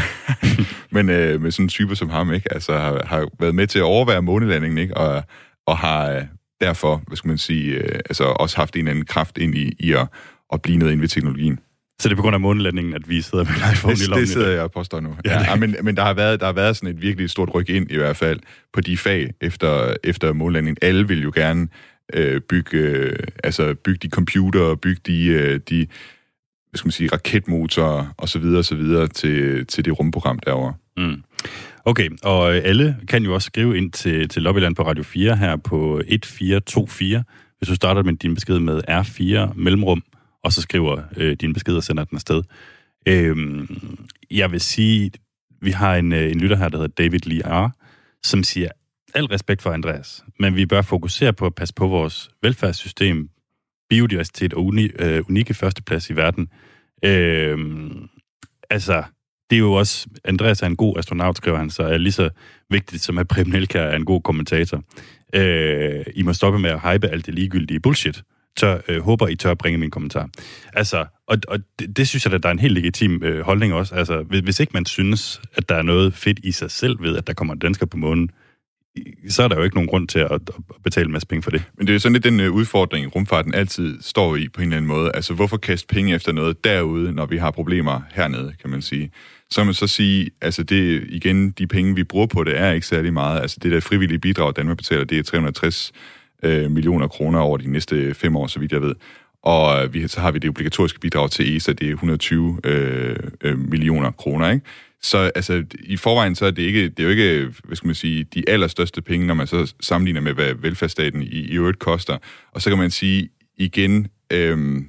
Men øh, med sådan en type som ham, ikke? Altså har, har været med til at overvære månelandingen, ikke? Og, og har øh, derfor, hvad skal man sige, øh, altså også haft en eller anden kraft ind i, i at, at blive noget ind ved teknologien. Så det er på grund af månelandingen, at vi sidder med en iPhone det, i lommen? Det sidder jeg og påstår nu. Ja, ja, men, men der har været der har været sådan et virkelig stort ryk ind, i hvert fald, på de fag efter, efter månelandingen. Alle vil jo gerne øh, bygge, øh, altså bygge de computere, bygge de... Øh, de hvad skal man sige, raketmotorer og så videre og så videre til, til det rumprogram derovre. Mm. Okay, og alle kan jo også skrive ind til, til Lobbyland på Radio fire her på et fire to fire, hvis du starter med din besked med R fire mellemrum, og så skriver øh, din besked og sender den afsted. Øhm, jeg vil sige, vi har en, en lytter her, der hedder David Lee R., som siger, al respekt for Andreas, men vi bør fokusere på at passe på vores velfærdssystem, biodiversitet og uni, øh, unikke førsteplads i verden. Øh, altså, det er jo også... Andreas er en god astronaut, skriver han, så er lige så vigtigt, som at Preben Elkjær er en god kommentator. Øh, I må stoppe med at hype alt det ligegyldige bullshit. tør, øh, håber, I tør bringe min kommentar. Altså, og, og det, det synes jeg, at der er en helt legitim øh, holdning også. Altså, hvis, hvis ikke man synes, at der er noget fedt i sig selv ved, at der kommer danskere på månen, så er der jo ikke nogen grund til at, at betale en masse penge for det. Men det er jo sådan lidt den uh, udfordring, rumfarten altid står i på en eller anden måde. Altså, hvorfor kaste penge efter noget derude, når vi har problemer hernede, kan man sige. Så man så sige, altså det igen, de penge, vi bruger på det, er ikke særlig meget. Altså det der frivillige bidrag, Danmark betaler, det er tre hundrede og tres øh, millioner kroner over de næste fem år, så vidt jeg ved. Og vi, så har vi det obligatoriske bidrag til E S A, det er et hundrede og tyve øh, øh, millioner kroner, ikke? Så altså, i forvejen, så er det, ikke, det er jo ikke, hvad skal man sige, de allerstørste penge, når man så sammenligner med, hvad velfærdsstaten i, i øvrigt koster. Og så kan man sige igen, øhm,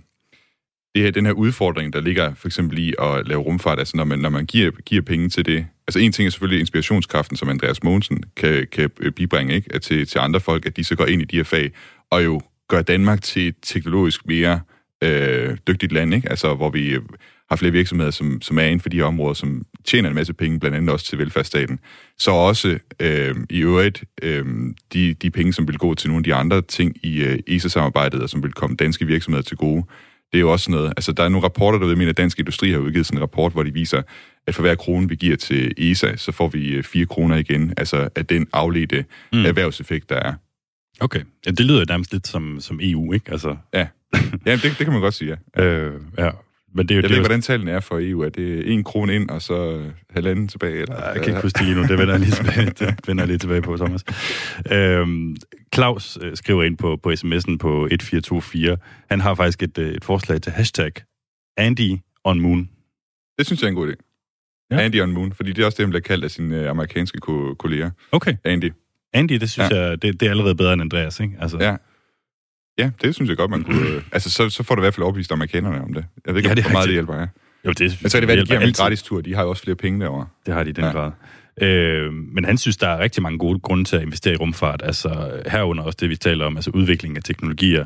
det her, den her udfordring, der ligger for eksempel i at lave rumfart, altså når man, når man giver, giver penge til det. Altså en ting er selvfølgelig inspirationskraften, som Andreas Mogensen kan, kan bibringe ikke? Til, til andre folk, at de så går ind i de her fag, og jo gør Danmark til et teknologisk mere øh, dygtigt land, ikke? Altså hvor vi har flere virksomheder, som, som er inden for de her områder, som tjener en masse penge, blandt andet også til velfærdsstaten. Så også øh, i øvrigt øh, de, de penge, som vil gå til nogle af de andre ting i øh, E S A-samarbejdet, og som vil komme danske virksomheder til gode. Det er jo også noget, altså der er nogle rapporter, der ved, jeg mener, at Dansk Industri har udgivet sådan en rapport, hvor de viser, at for hver krone, vi giver til E S A, så får vi fire kroner igen, altså af den afledte mm. erhvervseffekt, der er. Okay, ja, det lyder nærmest lidt som, som E U, ikke? Altså... Ja, ja det, det kan man godt sige, ja. Øh, ja. Men det er jo, jeg det ved ikke, også... hvordan talen er for E U. Er det en krone ind, og så halvanden tilbage? Eller? Jeg kan ikke huske det lige nu. Det vender jeg lige tilbage, det vender jeg lige tilbage på, Thomas. Øhm, Claus øh, skriver ind på, på sms'en på et fire to fire. Han har faktisk et, et forslag til hashtag Andy on Moon. Det synes jeg er en god idé. Ja. Andy on Moon, fordi det er også det, han bliver kaldt af sine øh, amerikanske ko- kolleger. Okay. Andy. Andy, det synes ja. jeg, det, det er allerede bedre end Andreas, ikke? Altså... Ja. Ja, det synes jeg godt, man kunne... Øh, altså, så, så får du i hvert fald overbevist amerikanerne om det. Jeg ved ikke, ja, hvor meget det hjælper, ja. Jo, det men så kan det være, at de giver en gratis tur. De har jo også flere penge derovre. Det har de i den ja. grad. Øh, men han synes, der er rigtig mange gode grunde til at investere i rumfart. Altså herunder også det, vi taler om, altså udvikling af teknologier,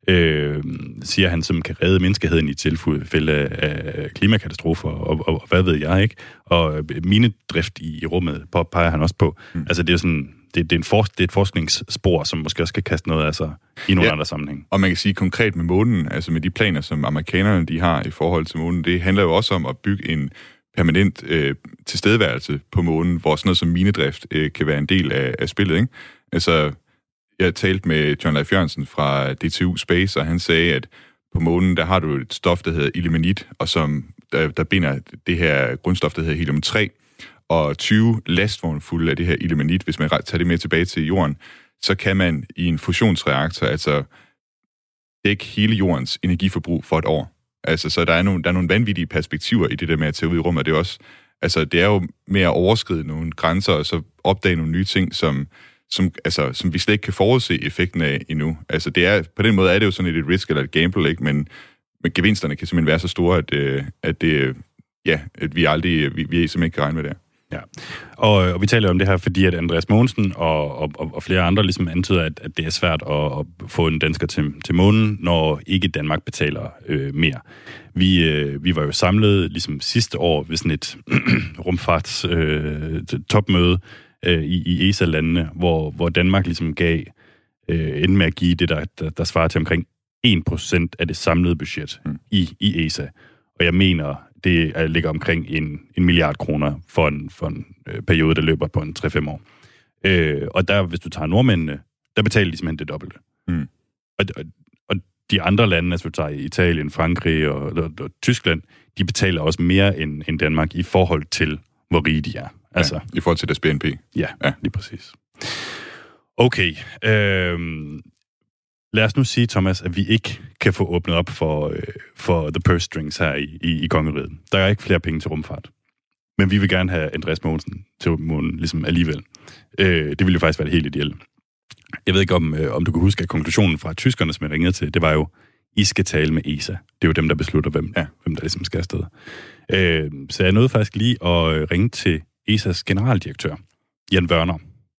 øh, siger han, som kan redde menneskeheden i tilfælde af klimakatastrofer, og, og, og hvad ved jeg, ikke? Og minedrift i, i rummet peger han også på. Mm. Altså det er sådan... Det, det, er en for, det er et forskningsspor, som måske også skal kaste noget af sig i nogle ja. andre sammenhæng. Og man kan sige konkret med månen, altså med de planer, som amerikanerne de har i forhold til månen, det handler jo også om at bygge en permanent øh, tilstedeværelse på månen, hvor sådan noget som minedrift øh, kan være en del af, af spillet, ikke? Altså, jeg talte med John Leif Jørgensen fra D T U Space, og han sagde, at på månen, der har du et stof, der hedder ilmenit, og som der, der binder det her grundstof, der hedder helium tre, og tyve lastvogne fulde af det her ilmenit, hvis man tager det med tilbage til jorden, så kan man i en fusionsreaktor altså dække hele jordens energiforbrug for et år. Altså, så der er nogle, der er nogle vanvittige perspektiver i det der med at tage ud i rummet. Det er også, altså, det er jo med at overskride nogle grænser, og så opdage nogle nye ting, som, som, altså, som vi slet ikke kan forudse effekten af endnu. Altså, det er, på den måde er det jo sådan et risk eller et gamble, ikke? Men, men gevinsterne kan simpelthen være så store, at, at, det, ja, at vi aldrig, vi, vi simpelthen ikke kan regne med det. Ja, og, og vi taler om det her, fordi at Andreas Mogensen og, og, og flere andre ligesom antyder, at, at det er svært at, at få en dansker til, til månen, når ikke Danmark betaler øh, mere. Vi, øh, vi var jo samlet ligesom sidste år ved sådan et rumfarts øh, topmøde øh, i, i E S A-landene, hvor, hvor Danmark ligesom gav, øh, endte med at give det, der, der, der svarer til omkring en procent af det samlede budget mm. i, i E S A. Og jeg mener... Det ligger omkring en, en milliard kroner for en, for en øh, periode, der løber på en tre til fem år. Øh, og der, hvis du tager nordmændene, der betaler de simpelthen det dobbelte. Mm. Og, og, og de andre lande, altså du tager Italien, Frankrig og, og, og Tyskland, de betaler også mere end, end Danmark i forhold til, hvor rige de er. Altså, ja, i forhold til deres B N P. Ja, ja. Lige præcis. Okay. Øh, Lad os nu sige, Thomas, at vi ikke kan få åbnet op for, øh, for the purse strings her i, i, i kongeriget. Der er ikke flere penge til rumfart. Men vi vil gerne have Andreas Mogensen til månen ligesom alligevel. Øh, det ville jo faktisk være det helt ideelle. Jeg ved ikke, om, øh, om du kan huske, at konklusionen fra tyskerne, som jeg ringede til, det var jo, I skal tale med E S A. Det er jo dem, der beslutter, hvem, ja. hvem der ligesom skal afsted. Øh, så jeg nåede faktisk lige at ringe til E S A's generaldirektør, Jan Wörner.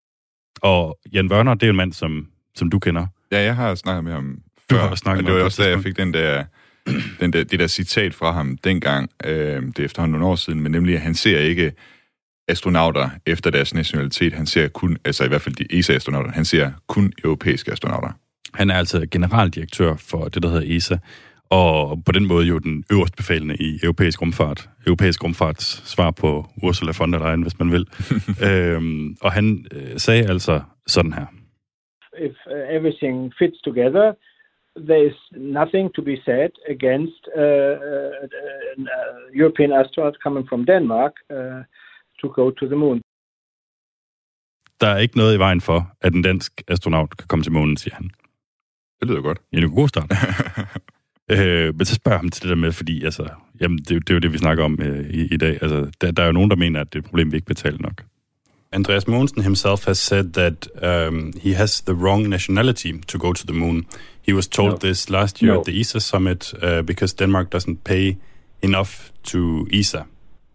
Og Jan Wörner, det er en mand, som, som du kender. Ja, jeg har snakket med ham før, og det var også da, jeg fik den der, den der, det der citat fra ham dengang, øh, det er efterhånden nogle år siden, men nemlig, at han ser ikke astronauter efter deres nationalitet, han ser kun, altså i hvert fald de E S A-astronauter, han ser kun europæiske astronauter. Han er altså generaldirektør for det, der hedder E S A, og på den måde jo den øverst befalende i europæisk rumfart. Europæisk rumfarts svar på Ursula von der Leyen, hvis man vil. øhm, og han øh, sagde altså sådan her. If uh, everything fits together, there is nothing to be said against uh, uh, an uh, European astronaut coming from Denmark uh, to go to the moon. Der er ikke noget i vejen for, at en dansk astronaut kan komme til månen, siger han. Det lyder godt. Ja, det er en god start. øh, men så spørger jeg ham til det der med, fordi altså, jamen, det, det er jo det, vi snakker om øh, i, i dag. Altså, der, der er jo nogen, der mener, at det er et problem, vi ikke betaler nok. Andreas Mogensen himself has said that um, he has the wrong nationality to go to the moon. He was told no. this last year no. at the E S A summit uh, because Denmark doesn't pay enough to E S A.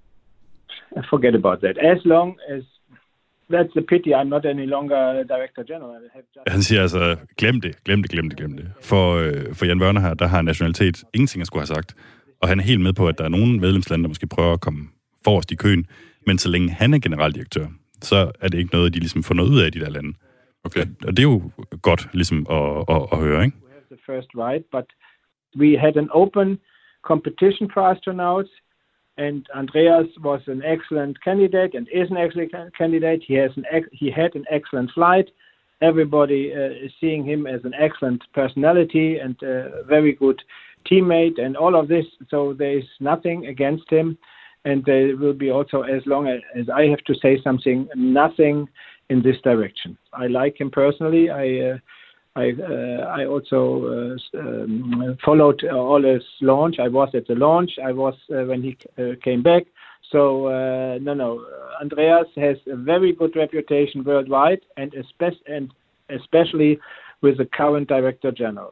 Forget about that. As long as that's the pity, I'm not any longer director general. Just... Han siger altså, glem det, glem det, glem det, glem det. For, øh, for Jan Wörner her, der har nationalitet ingenting at skulle have sagt. Og han er helt med på, at der er nogle medlemslande, der måske prøver at komme forrest i køen. Men så længe han er generaldirektør, så er det ikke noget, de ligesom får noget ud af i de der lande. Okay. Og det er jo godt ligesom at, at, at høre, ikke? We have the first right, but we had an open competition for astronauts, and Andreas was an excellent candidate and is an excellent candidate. He has an he had an excellent flight. Everybody uh, is seeing him as an excellent personality and a very good teammate and all of this. So there is nothing against him. And there will be also, as long as, as I have to say something, nothing in this direction. I like him personally. I uh, I uh, I also uh, um, followed all his launch. I was at the launch. I was uh, when he uh, came back. So uh, no, no. Andreas has a very good reputation worldwide, and especially and especially with the current director general.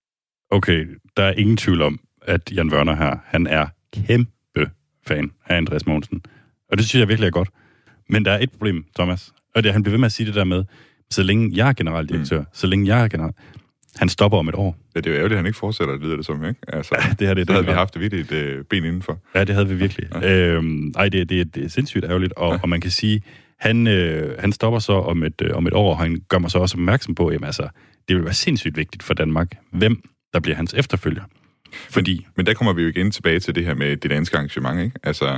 Okay, der er ingen tvivl om, at Jan Wörner her, han er kæmpe fan af Andreas Mogensen. Og det synes jeg virkelig er godt. Men der er et problem, Thomas. Og det er, han bliver ved med at sige det der med, så længe jeg er generaldirektør, mm. så længe jeg er general... Han stopper om et år. Ja, det er jo ærgerligt, at han ikke fortsætter, lyder det som, ikke? Altså, ja, det har det. Så havde vi haft virkelig et øh, ben indenfor. Ja, det havde vi virkelig. Ja. Øhm, ej, det, det, det er sindssygt ærgerligt, og, ja. og man kan sige, han, øh, han stopper så om et, øh, om et år, og han gør mig så også opmærksom på, jamen altså, det vil være sindssygt vigtigt for Danmark, hvem der bliver hans efterfølger. Fordi... Men, men der kommer vi jo igen tilbage til det her med det danske arrangement, ikke? Altså,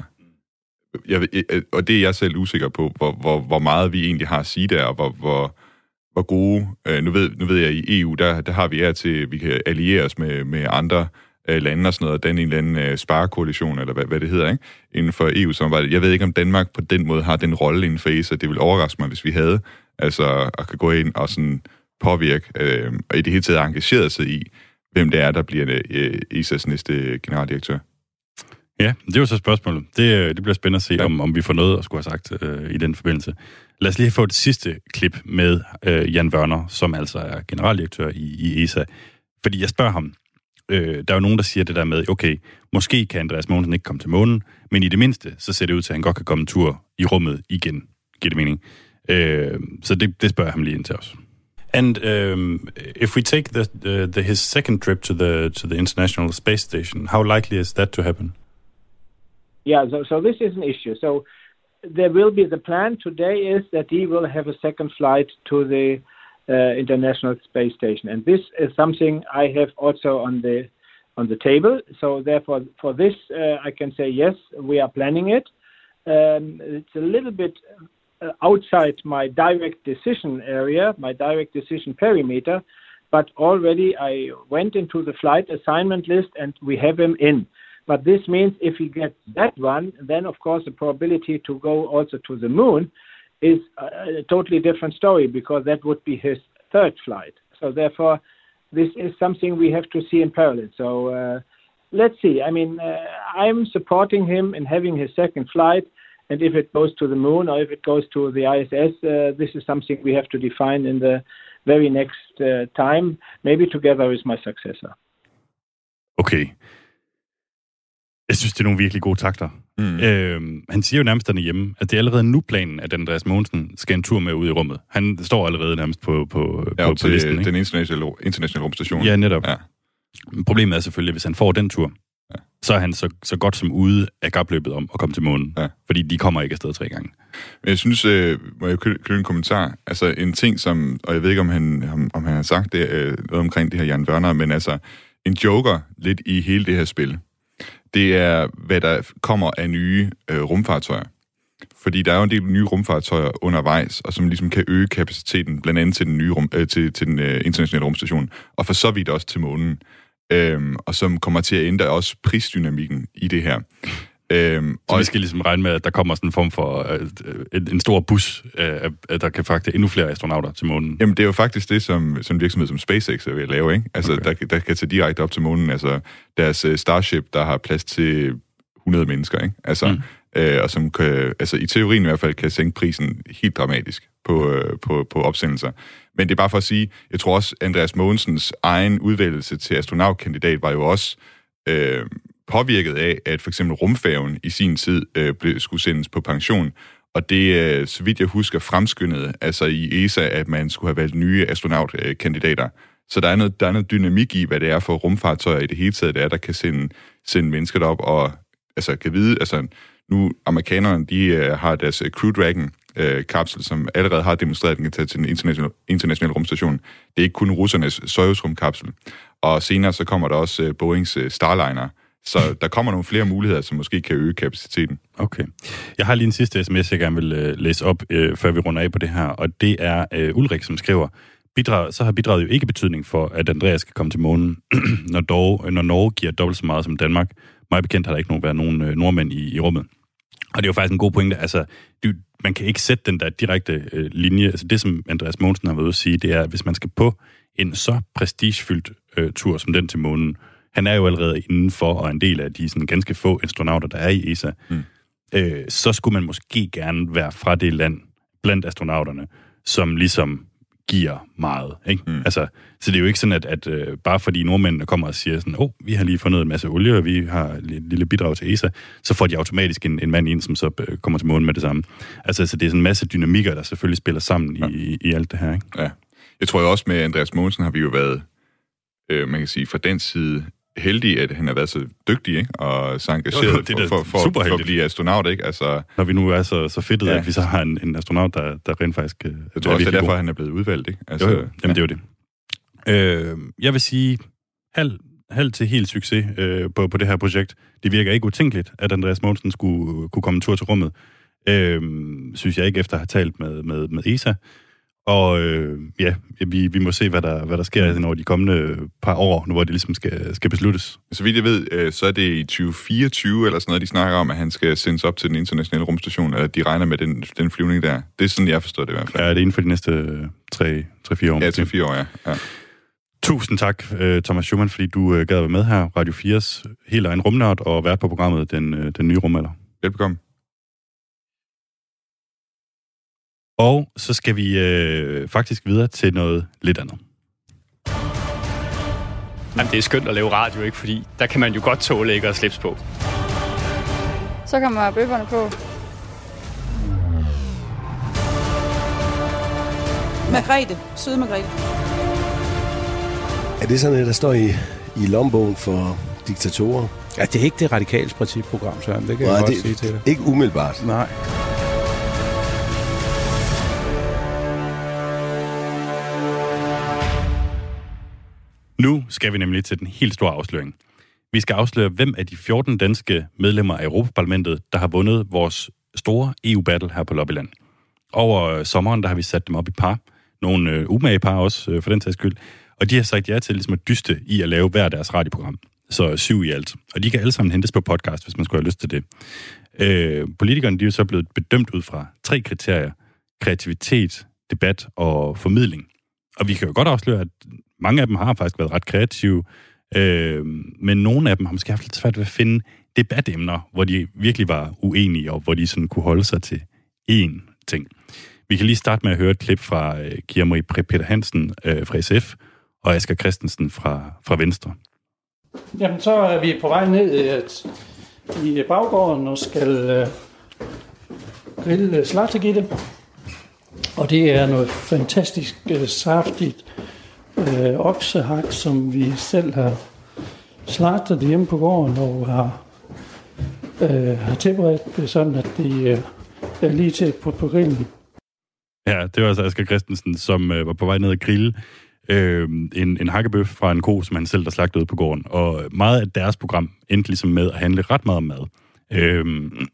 jeg, og det er jeg selv usikker på, hvor, hvor, hvor meget vi egentlig har at sige der, og hvor, hvor, hvor gode... Øh, nu, ved, nu ved jeg, at i E U, der, der har vi her til, vi kan alliere os med, med andre øh, lande og sådan noget, den en eller anden øh, sparekoalition, eller hvad, hvad det hedder, ikke? Inden for E U-samarbejdet. Jeg ved ikke, om Danmark på den måde har den rolle inden for E S A. Det vil overraske mig, hvis vi havde, altså at kan gå ind og sådan påvirke, øh, og i det hele taget engageret sig i, hvem det er, der bliver øh, E S A's næste generaldirektør. Ja, det er jo så spørgsmålet. Det, det bliver spændende at se, ja. om, om vi får noget at skulle have sagt øh, i den forbindelse. Lad os lige få et sidste klip med øh, Jan Wörner, som altså er generaldirektør i, i E S A. Fordi jeg spørger ham, øh, der er jo nogen, der siger det der med, okay, måske kan Andreas Mogensen ikke komme til månen, men i det mindste, så ser det ud til, at han godt kan komme en tur i rummet igen. Giver det mening? Øh, så det, det spørger jeg ham lige ind til os. And um, if we take the, the, the his second trip to the to the International Space Station, how likely is that to happen? Yeah, so, so this is an issue. So there will be, the plan today is that he will have a second flight to the uh, International Space Station, and this is something I have also on the on the table. So therefore, for this, uh, I can say yes, we are planning it. Um, it's a little bit outside my direct decision area, my direct decision perimeter, but already I went into the flight assignment list and we have him in. But this means if he gets that one, then of course the probability to go also to the moon is a totally different story, because that would be his third flight. So therefore, this is something we have to see in parallel. So uh, let's see. I mean, uh, I'm supporting him in having his second flight. And if it goes to the moon or if it goes to the I S S, uh, this is something we have to define in the very next uh, time, maybe together with my successor. Okay. Jeg synes, det er nogle virkelig gode takter. Mm. Øhm, han siger jo nærmest derhjemme, at det er allerede nu planen, at Andreas Mogensen skal en tur med ud i rummet. Han står allerede nærmest på, på, ja, på, på listen. Den internationale, internationale rumstation. Ja, netop. Ja. Problemet er selvfølgelig, at hvis han får den tur, ja. så er han så, så godt som ude af kapløbet om at komme til månen. Ja. Fordi de kommer ikke afsted tre gange. Jeg synes, øh, må jeg købe en kommentar, altså en ting som, og jeg ved ikke, om han, om, om han har sagt det, øh, noget omkring det her Jan Wörner, men altså en joker lidt i hele det her spil, det er, hvad der kommer af nye øh, rumfartøjer. Fordi der er jo en del nye rumfartøjer undervejs, og som ligesom kan øge kapaciteten, blandt andet til den, nye rum, øh, til, til den øh, internationale rumstation, og for så vidt også til månen. Øhm, og som kommer til at ændre også prisdynamikken i det her. Øhm, så og vi skal ligesom regne med, at der kommer sådan en form for øh, en, en stor bus, øh, at der kan fragte endnu flere astronauter til månen. Jamen, det er jo faktisk det, som, som virksomhed som SpaceX er ved at lave, ikke? Altså, okay. der, der kan tage direkte op til månen. Altså, deres uh, Starship, der har plads til hundrede mennesker, ikke? Altså, mm. øh, og som kan, altså, i teorien i hvert fald kan sænke prisen helt dramatisk på, øh, på, på opsendelser. Men det er bare for at sige, jeg tror også, Andreas Mogensens egen udvælgelse til astronautkandidat var jo også øh, påvirket af, at for eksempel rumfærgen i sin tid øh, blev, skulle sendes på pension. Og det, øh, så vidt jeg husker, fremskyndede altså i E S A, at man skulle have valgt nye astronautkandidater. Så der er, noget, der er noget dynamik i, hvad det er for rumfartøjer i det hele taget, der, er, der kan sende, sende mennesker derop og altså, kan vide, altså nu amerikanerne, de øh, har deres Crew Dragon, Øh, kapsel, som allerede har demonstreret, at den kan tage til den internationale, internationale rumstation. Det er ikke kun russernes Soyuz-rumkapsel. Og senere så kommer der også øh, Boeings øh, Starliner. Så der kommer nogle flere muligheder, som måske kan øge kapaciteten. Okay. Jeg har lige en sidste sms, jeg gerne vil øh, læse op, øh, før vi runder af på det her. Og det er øh, Ulrik, som skriver, bidrag, så har bidraget jo ikke betydning for, at Andreas skal komme til månen, når, dog, når Norge giver dobbelt så meget som Danmark. Mig bekendt har der ikke nogen, været nogen øh, nordmænd i, i rummet. Og det er jo faktisk en god pointe. Altså, det, man kan ikke sætte den der direkte øh, linje. Altså det, som Andreas Mogensen har været ude at sige, det er, at hvis man skal på en så prestigefyldt øh, tur som den til månen, han er jo allerede inden for og en del af de sådan, ganske få astronauter, der er i E S A, mm. øh, så skulle man måske gerne være fra det land, blandt astronauterne, som ligesom giver meget. Ikke? Mm. Altså, så det er jo ikke sådan, at, at uh, bare fordi nordmændene kommer og siger sådan, åh, oh, vi har lige fundet en masse olie, og vi har et lille bidrag til E S A, så får de automatisk en, en mand ind, som så uh, kommer til månen med det samme. Altså, så det er sådan en masse dynamikker, der selvfølgelig spiller sammen ja. i, i alt det her. Ikke? Ja. Jeg tror jo også med Andreas Mogensen har vi jo været, øh, man kan sige, fra den side heldig, at han har været så dygtig, ikke? Og så engageret jo, jo, det for, for, for, for at blive astronaut, ikke? Altså, når vi nu er så, så fedtet, ja. at vi så har en, en astronaut, der, der rent faktisk øh, jeg tror er også, det er derfor, god. Han er blevet udvalgt, ikke? Altså, jo, jo. Jamen, ja. det er jo det. Øh, jeg vil sige, halv, halv til helt succes øh, på, på det her projekt. Det virker ikke utænkeligt, at Andreas Mogensen skulle kunne komme en tur til rummet. Øh, synes jeg ikke, efter at have talt med, med, med E S A. Og øh, ja, vi, vi må se, hvad der, hvad der sker over de kommende par år, nu hvor det ligesom skal, skal besluttes. Så vidt jeg ved, øh, så er det i tyve fireogtyve eller sådan noget, de snakker om, at han skal sendes op til den internationale rumstation, eller de regner med den, den flyvning der. Det er sådan, jeg forstår det i hvert fald. Ja, det er inden for de næste tre til fire år. Ja, tre til fire år, ja. ja. Tusind tak, Thomas Schumann, fordi du gad være med her. Radio fires helt egen rumnørd og vært på programmet Den, den nye rumalder. Velbekomme. Og så skal vi øh, faktisk videre til noget lidt andet. Jamen, det er skønt at lave radio, ikke? Fordi der kan man jo godt tåle ikke at slips på. Så kommer bøfferne på. Margrethe. Søde Margrethe. Er det sådan, at der står i, i lommebogen for diktatorer? Ja, det er ikke det radikales principprogram, Søren. Det kan Nej, jeg godt det, sige til dig. Ikke umiddelbart. Nej. Nu skal vi nemlig til den helt store afsløring. Vi skal afsløre, hvem af de fjorten danske medlemmer af Europaparlamentet, der har vundet vores store E U-battle her på Lobbyland. Over sommeren, der har vi sat dem op i par. Nogle øh, umage par også, øh, for den sags skyld. Og de har sagt ja til ligesom at dyste i at lave hver deres radioprogram. Så syv i alt. Og de kan alle sammen hentes på podcast, hvis man skulle have lyst til det. Øh, politikerne, de er jo så blevet bedømt ud fra tre kriterier. Kreativitet, debat og formidling. Og vi kan jo godt afsløre, at mange af dem har faktisk været ret kreative, øh, men nogle af dem har måske haft lidt svært ved at finde debatemner, hvor de virkelig var uenige, og hvor de sådan kunne holde sig til én ting. Vi kan lige starte med at høre et klip fra øh, Kira Marie Peter Hansen øh, fra S F, og Asger Christensen fra, fra Venstre. Jamen, så er vi på vej ned at, i baggården og skal øh, grille slagtegitte. Og det er noget fantastisk øh, saftigt øh, oksehak, som vi selv har slagtet det hjemme på gården og har, øh, har tilberedt det sådan, at det øh, er lige til på, på grillen. Ja, det var altså Asger Christensen, som øh, var på vej ned at grille øh, en, en hakkebøf fra en ko, som han selv der slagtede ude på gården. Og meget af deres program endte ligesom med at handle ret meget om mad. Øh,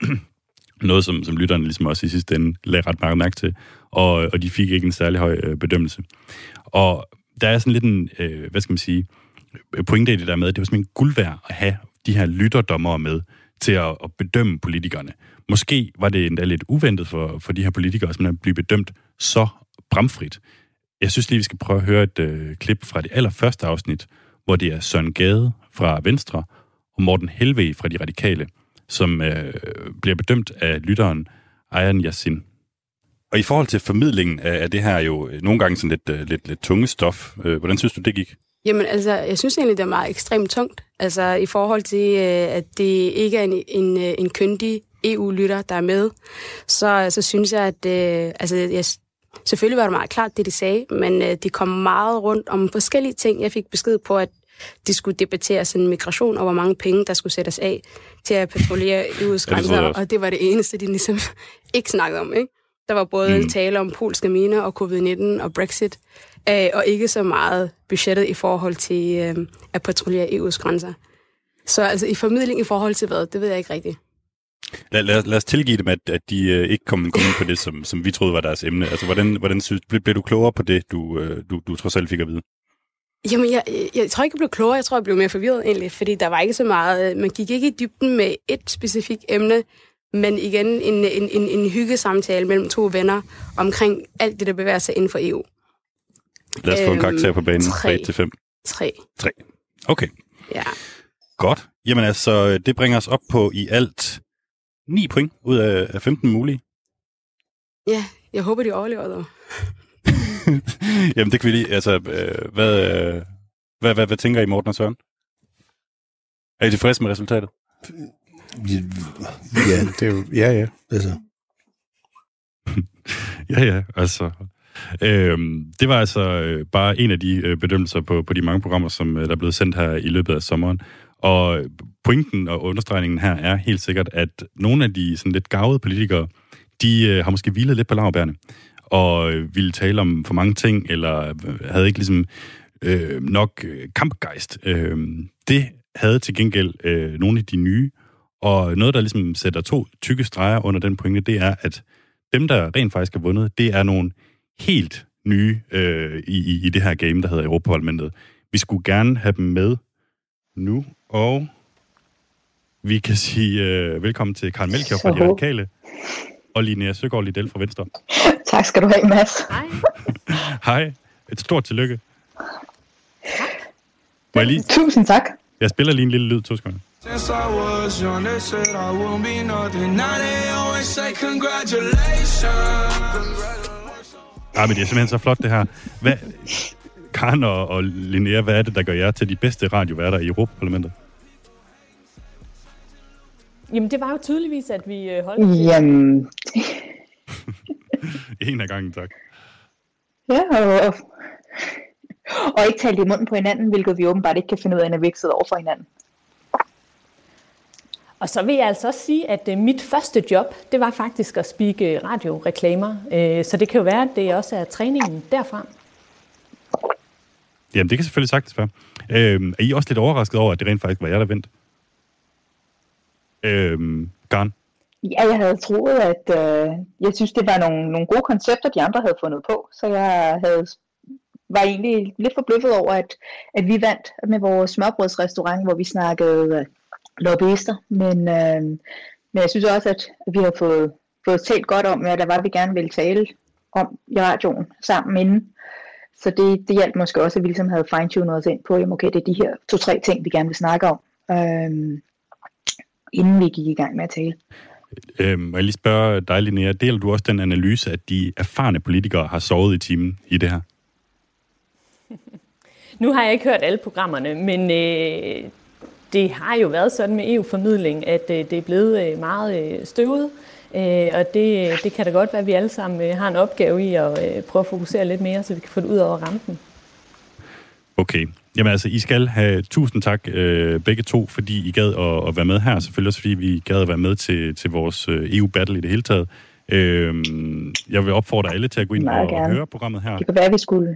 noget, som, som lytterne ligesom også i sidste ende lagde ret meget mærke til. Og, og de fik ikke en særlig høj øh, bedømmelse. Og der er sådan lidt en, øh, hvad skal man sige, pointe i det der med, at det var simpelthen guld værd at have de her lytterdommere med til at, at bedømme politikerne. Måske var det endda lidt uventet for, for de her politikere, at blive bedømt så bramfrit. Jeg synes lige, vi skal prøve at høre et øh, klip fra det allerførste afsnit, hvor det er Søren Gade fra Venstre og Morten Helveg fra De Radikale, som øh, bliver bedømt af lytteren Ayan Yassin. Og i forhold til formidlingen af det her jo nogle gange sådan lidt, lidt, lidt tunge stof, hvordan synes du, det gik? Jamen altså, jeg synes egentlig, det er meget ekstremt tungt. Altså i forhold til, at det ikke er en, en, en kyndig E U-lytter, der er med, så, så synes jeg, at øh, altså, jeg, selvfølgelig var det meget klart, det de sagde, men øh, de kom meget rundt om forskellige ting. Jeg fik besked på, at de skulle debattere sådan migration, og hvor mange penge, der skulle sættes af til at patruljere E U's grænser, og det var det eneste, de ligesom ikke snakkede om, ikke? Der var både mm. tale om polske miner og covid nitten og Brexit, øh, og ikke så meget budgettet i forhold til øh, at patruljere E U's grænser. Så altså i formidling i forhold til hvad, det ved jeg ikke rigtigt. Lad, lad, lad os tilgive dem, at, at de øh, ikke kom, kom ind på det, som, som vi troede var deres emne. Altså, hvordan, hvordan synes, blev, blev du klogere på det, du, øh, du, du trods alt fik at vide? Jamen, jeg, jeg, jeg tror ikke, jeg blev klogere. Jeg tror, jeg blev mere forvirret egentlig, fordi der var ikke så meget. Man gik ikke i dybden med et specifikt emne, men igen en, en, en, en hyggesamtale mellem to venner omkring alt det, der bevæger sig inden for E U. Lad os få en karakter på banen. tre til fem. tre. tre. Okay. Ja. Godt. Jamen altså, det bringer os op på i alt ni point ud af femten mulige. Ja, jeg håber, de overlever dog. Jamen det kan vi lige, altså, øh, hvad, øh, hvad, hvad, hvad tænker I, Morten og Søren? Er I tilfredse med resultatet? Ja, det er jo, ja, ja, altså. ja, ja, altså. Øhm, det var altså øh, bare en af de øh, bedømmelser på, på de mange programmer, som øh, der er blevet sendt her i løbet af sommeren. Og pointen og understregningen her er helt sikkert, at nogle af de sådan lidt garvede politikere, de øh, har måske hvilet lidt på laurbærrene, og øh, ville tale om for mange ting, eller havde ikke ligesom øh, nok øh, kampgejst. Øh, det havde til gengæld øh, nogle af de nye, og noget, der ligesom sætter to tykke streger under den pointe, det er, at dem, der rent faktisk har vundet, det er nogle helt nye øh, i, i det her game, der hedder Europaparlamentet. Vi skulle gerne have dem med nu, og vi kan sige øh, velkommen til Karen Melchior fra De Radikale, og Linnea Søgaard Lidell fra Venstre. Tak skal du have, Mads. Hej. Hej. Et stort tillykke. Må jeg lige... Tusind tak. Jeg spiller lige en lille lyd, to sekunder. Since I was young, they said I wouldn't be nothing. Now they always say congratulations. Ja, men det er simpelthen så flot, det her. Hvad, Karen og, og Linnea, hvad er det, der gør jer til de bedste radioværter i Europaparlamentet? Jamen, det var jo tydeligvis, at vi holdt til. Jamen... en af gangen, tak. Ja, og, og ikke talt i munden på hinanden, hvilket vi åbenbart ikke kan finde ud af, når vi ikke sidder over for hinanden. Og så vil jeg altså også sige, at uh, mit første job, det var faktisk at speake radioreklamer. Uh, så det kan jo være, at det også er træningen derfra. Jamen, det kan selvfølgelig sagtens være. Øh, er I også lidt overrasket over, at det rent faktisk var jer, der vandt? Øh, Karen? Ja, jeg havde troet, at øh, jeg synes, det var nogle, nogle gode koncepter, de andre havde fundet på. Så jeg havde, var egentlig lidt forbløffet over, at, at vi vandt med vores smørbrødsrestaurant, hvor vi snakkede øh, lobbyister. Men, øh, men jeg synes også, at vi har fået, fået talt godt om, hvad der var, vi gerne ville tale om i radioen sammen inden. Så det, det hjalp måske også, at vi ligesom havde fine-tunet os ind på, at okay, det er de her to-tre ting, vi gerne vil snakke om, øh, inden vi gik i gang med at tale. Øh, må jeg lige spørge dig, Linnea, deler du også den analyse, at de erfarne politikere har sovet i timen i det her? Nu har jeg ikke hørt alle programmerne, men øh, det har jo været sådan med E U-formidling, at øh, det er blevet øh, meget øh, støvet, øh, og det, det kan da godt være, at vi alle sammen øh, har en opgave i at øh, prøve at fokusere lidt mere, så vi kan få det ud over rampen. Okay, Jamen altså, I skal have tusind tak øh, begge to, fordi I gad at, at være med her. Selvfølgelig også, fordi vi gad at være med til, til vores øh, E U-battle i det hele taget. Øh, jeg vil opfordre alle til at gå ind og, og høre programmet her. Det kunne være, at vi skulle...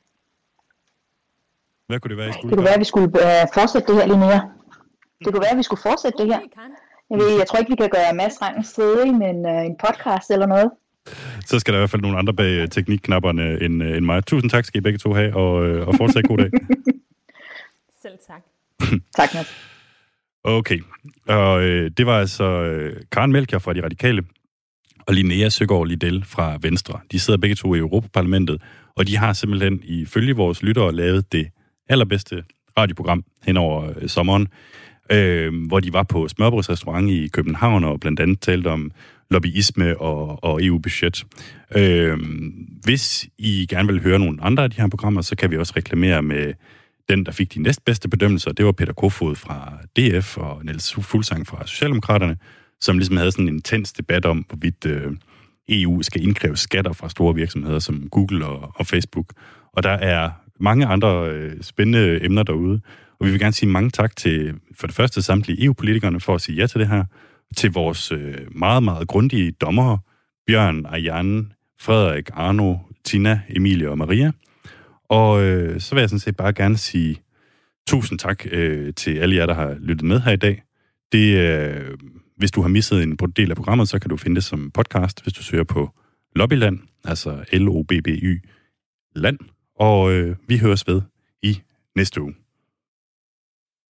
Hvad kunne det være, I skulle? Det kunne være, at vi skulle øh, fortsætte det her lige mere. Det kunne være, at vi skulle fortsætte det her. Jeg, ved, jeg tror ikke, vi kan gøre Mads Rangen stridig med en, øh, en podcast eller noget. Så skal der i hvert fald nogle andre bag teknikknapperne end, end mig. Tusind tak skal I begge to have, og, og fortsat god dag. Selv tak. Tak, Mads. Okay, og øh, det var altså øh, Karen Melchior fra De Radikale, og Linnea Søgaard Lidell fra Venstre. De sidder begge to i Europaparlamentet, og de har simpelthen ifølge vores lyttere lavet det allerbedste radioprogram hen over øh, sommeren, øh, hvor de var på Smørbrødsrestaurant i København, og blandt andet talte om lobbyisme og, og E U-budget. Øh, hvis I gerne vil høre nogle andre af de her programmer, så kan vi også reklamere med den, der fik de næstbedste bedømmelser. Det var Peter Kofod fra D F og Niels Fuglsang fra Socialdemokraterne, som ligesom havde sådan en intens debat om, hvorvidt øh, E U skal indkræve skatter fra store virksomheder som Google og, og Facebook. Og der er mange andre øh, spændende emner derude, og vi vil gerne sige mange tak til for det første samtlige E U-politikerne for at sige ja til det her, til vores øh, meget, meget grundige dommere, Bjørn, Ariane, Frederik, Arno, Tina, Emilie og Maria. Og øh, så vil jeg sådan set bare gerne sige tusind tak øh, til alle jer, der har lyttet med her i dag. Det, øh, hvis du har misset en del af programmet, så kan du finde det som podcast, hvis du søger på Lobbyland, altså L O B B Y Land. Og øh, vi høres ved i næste uge.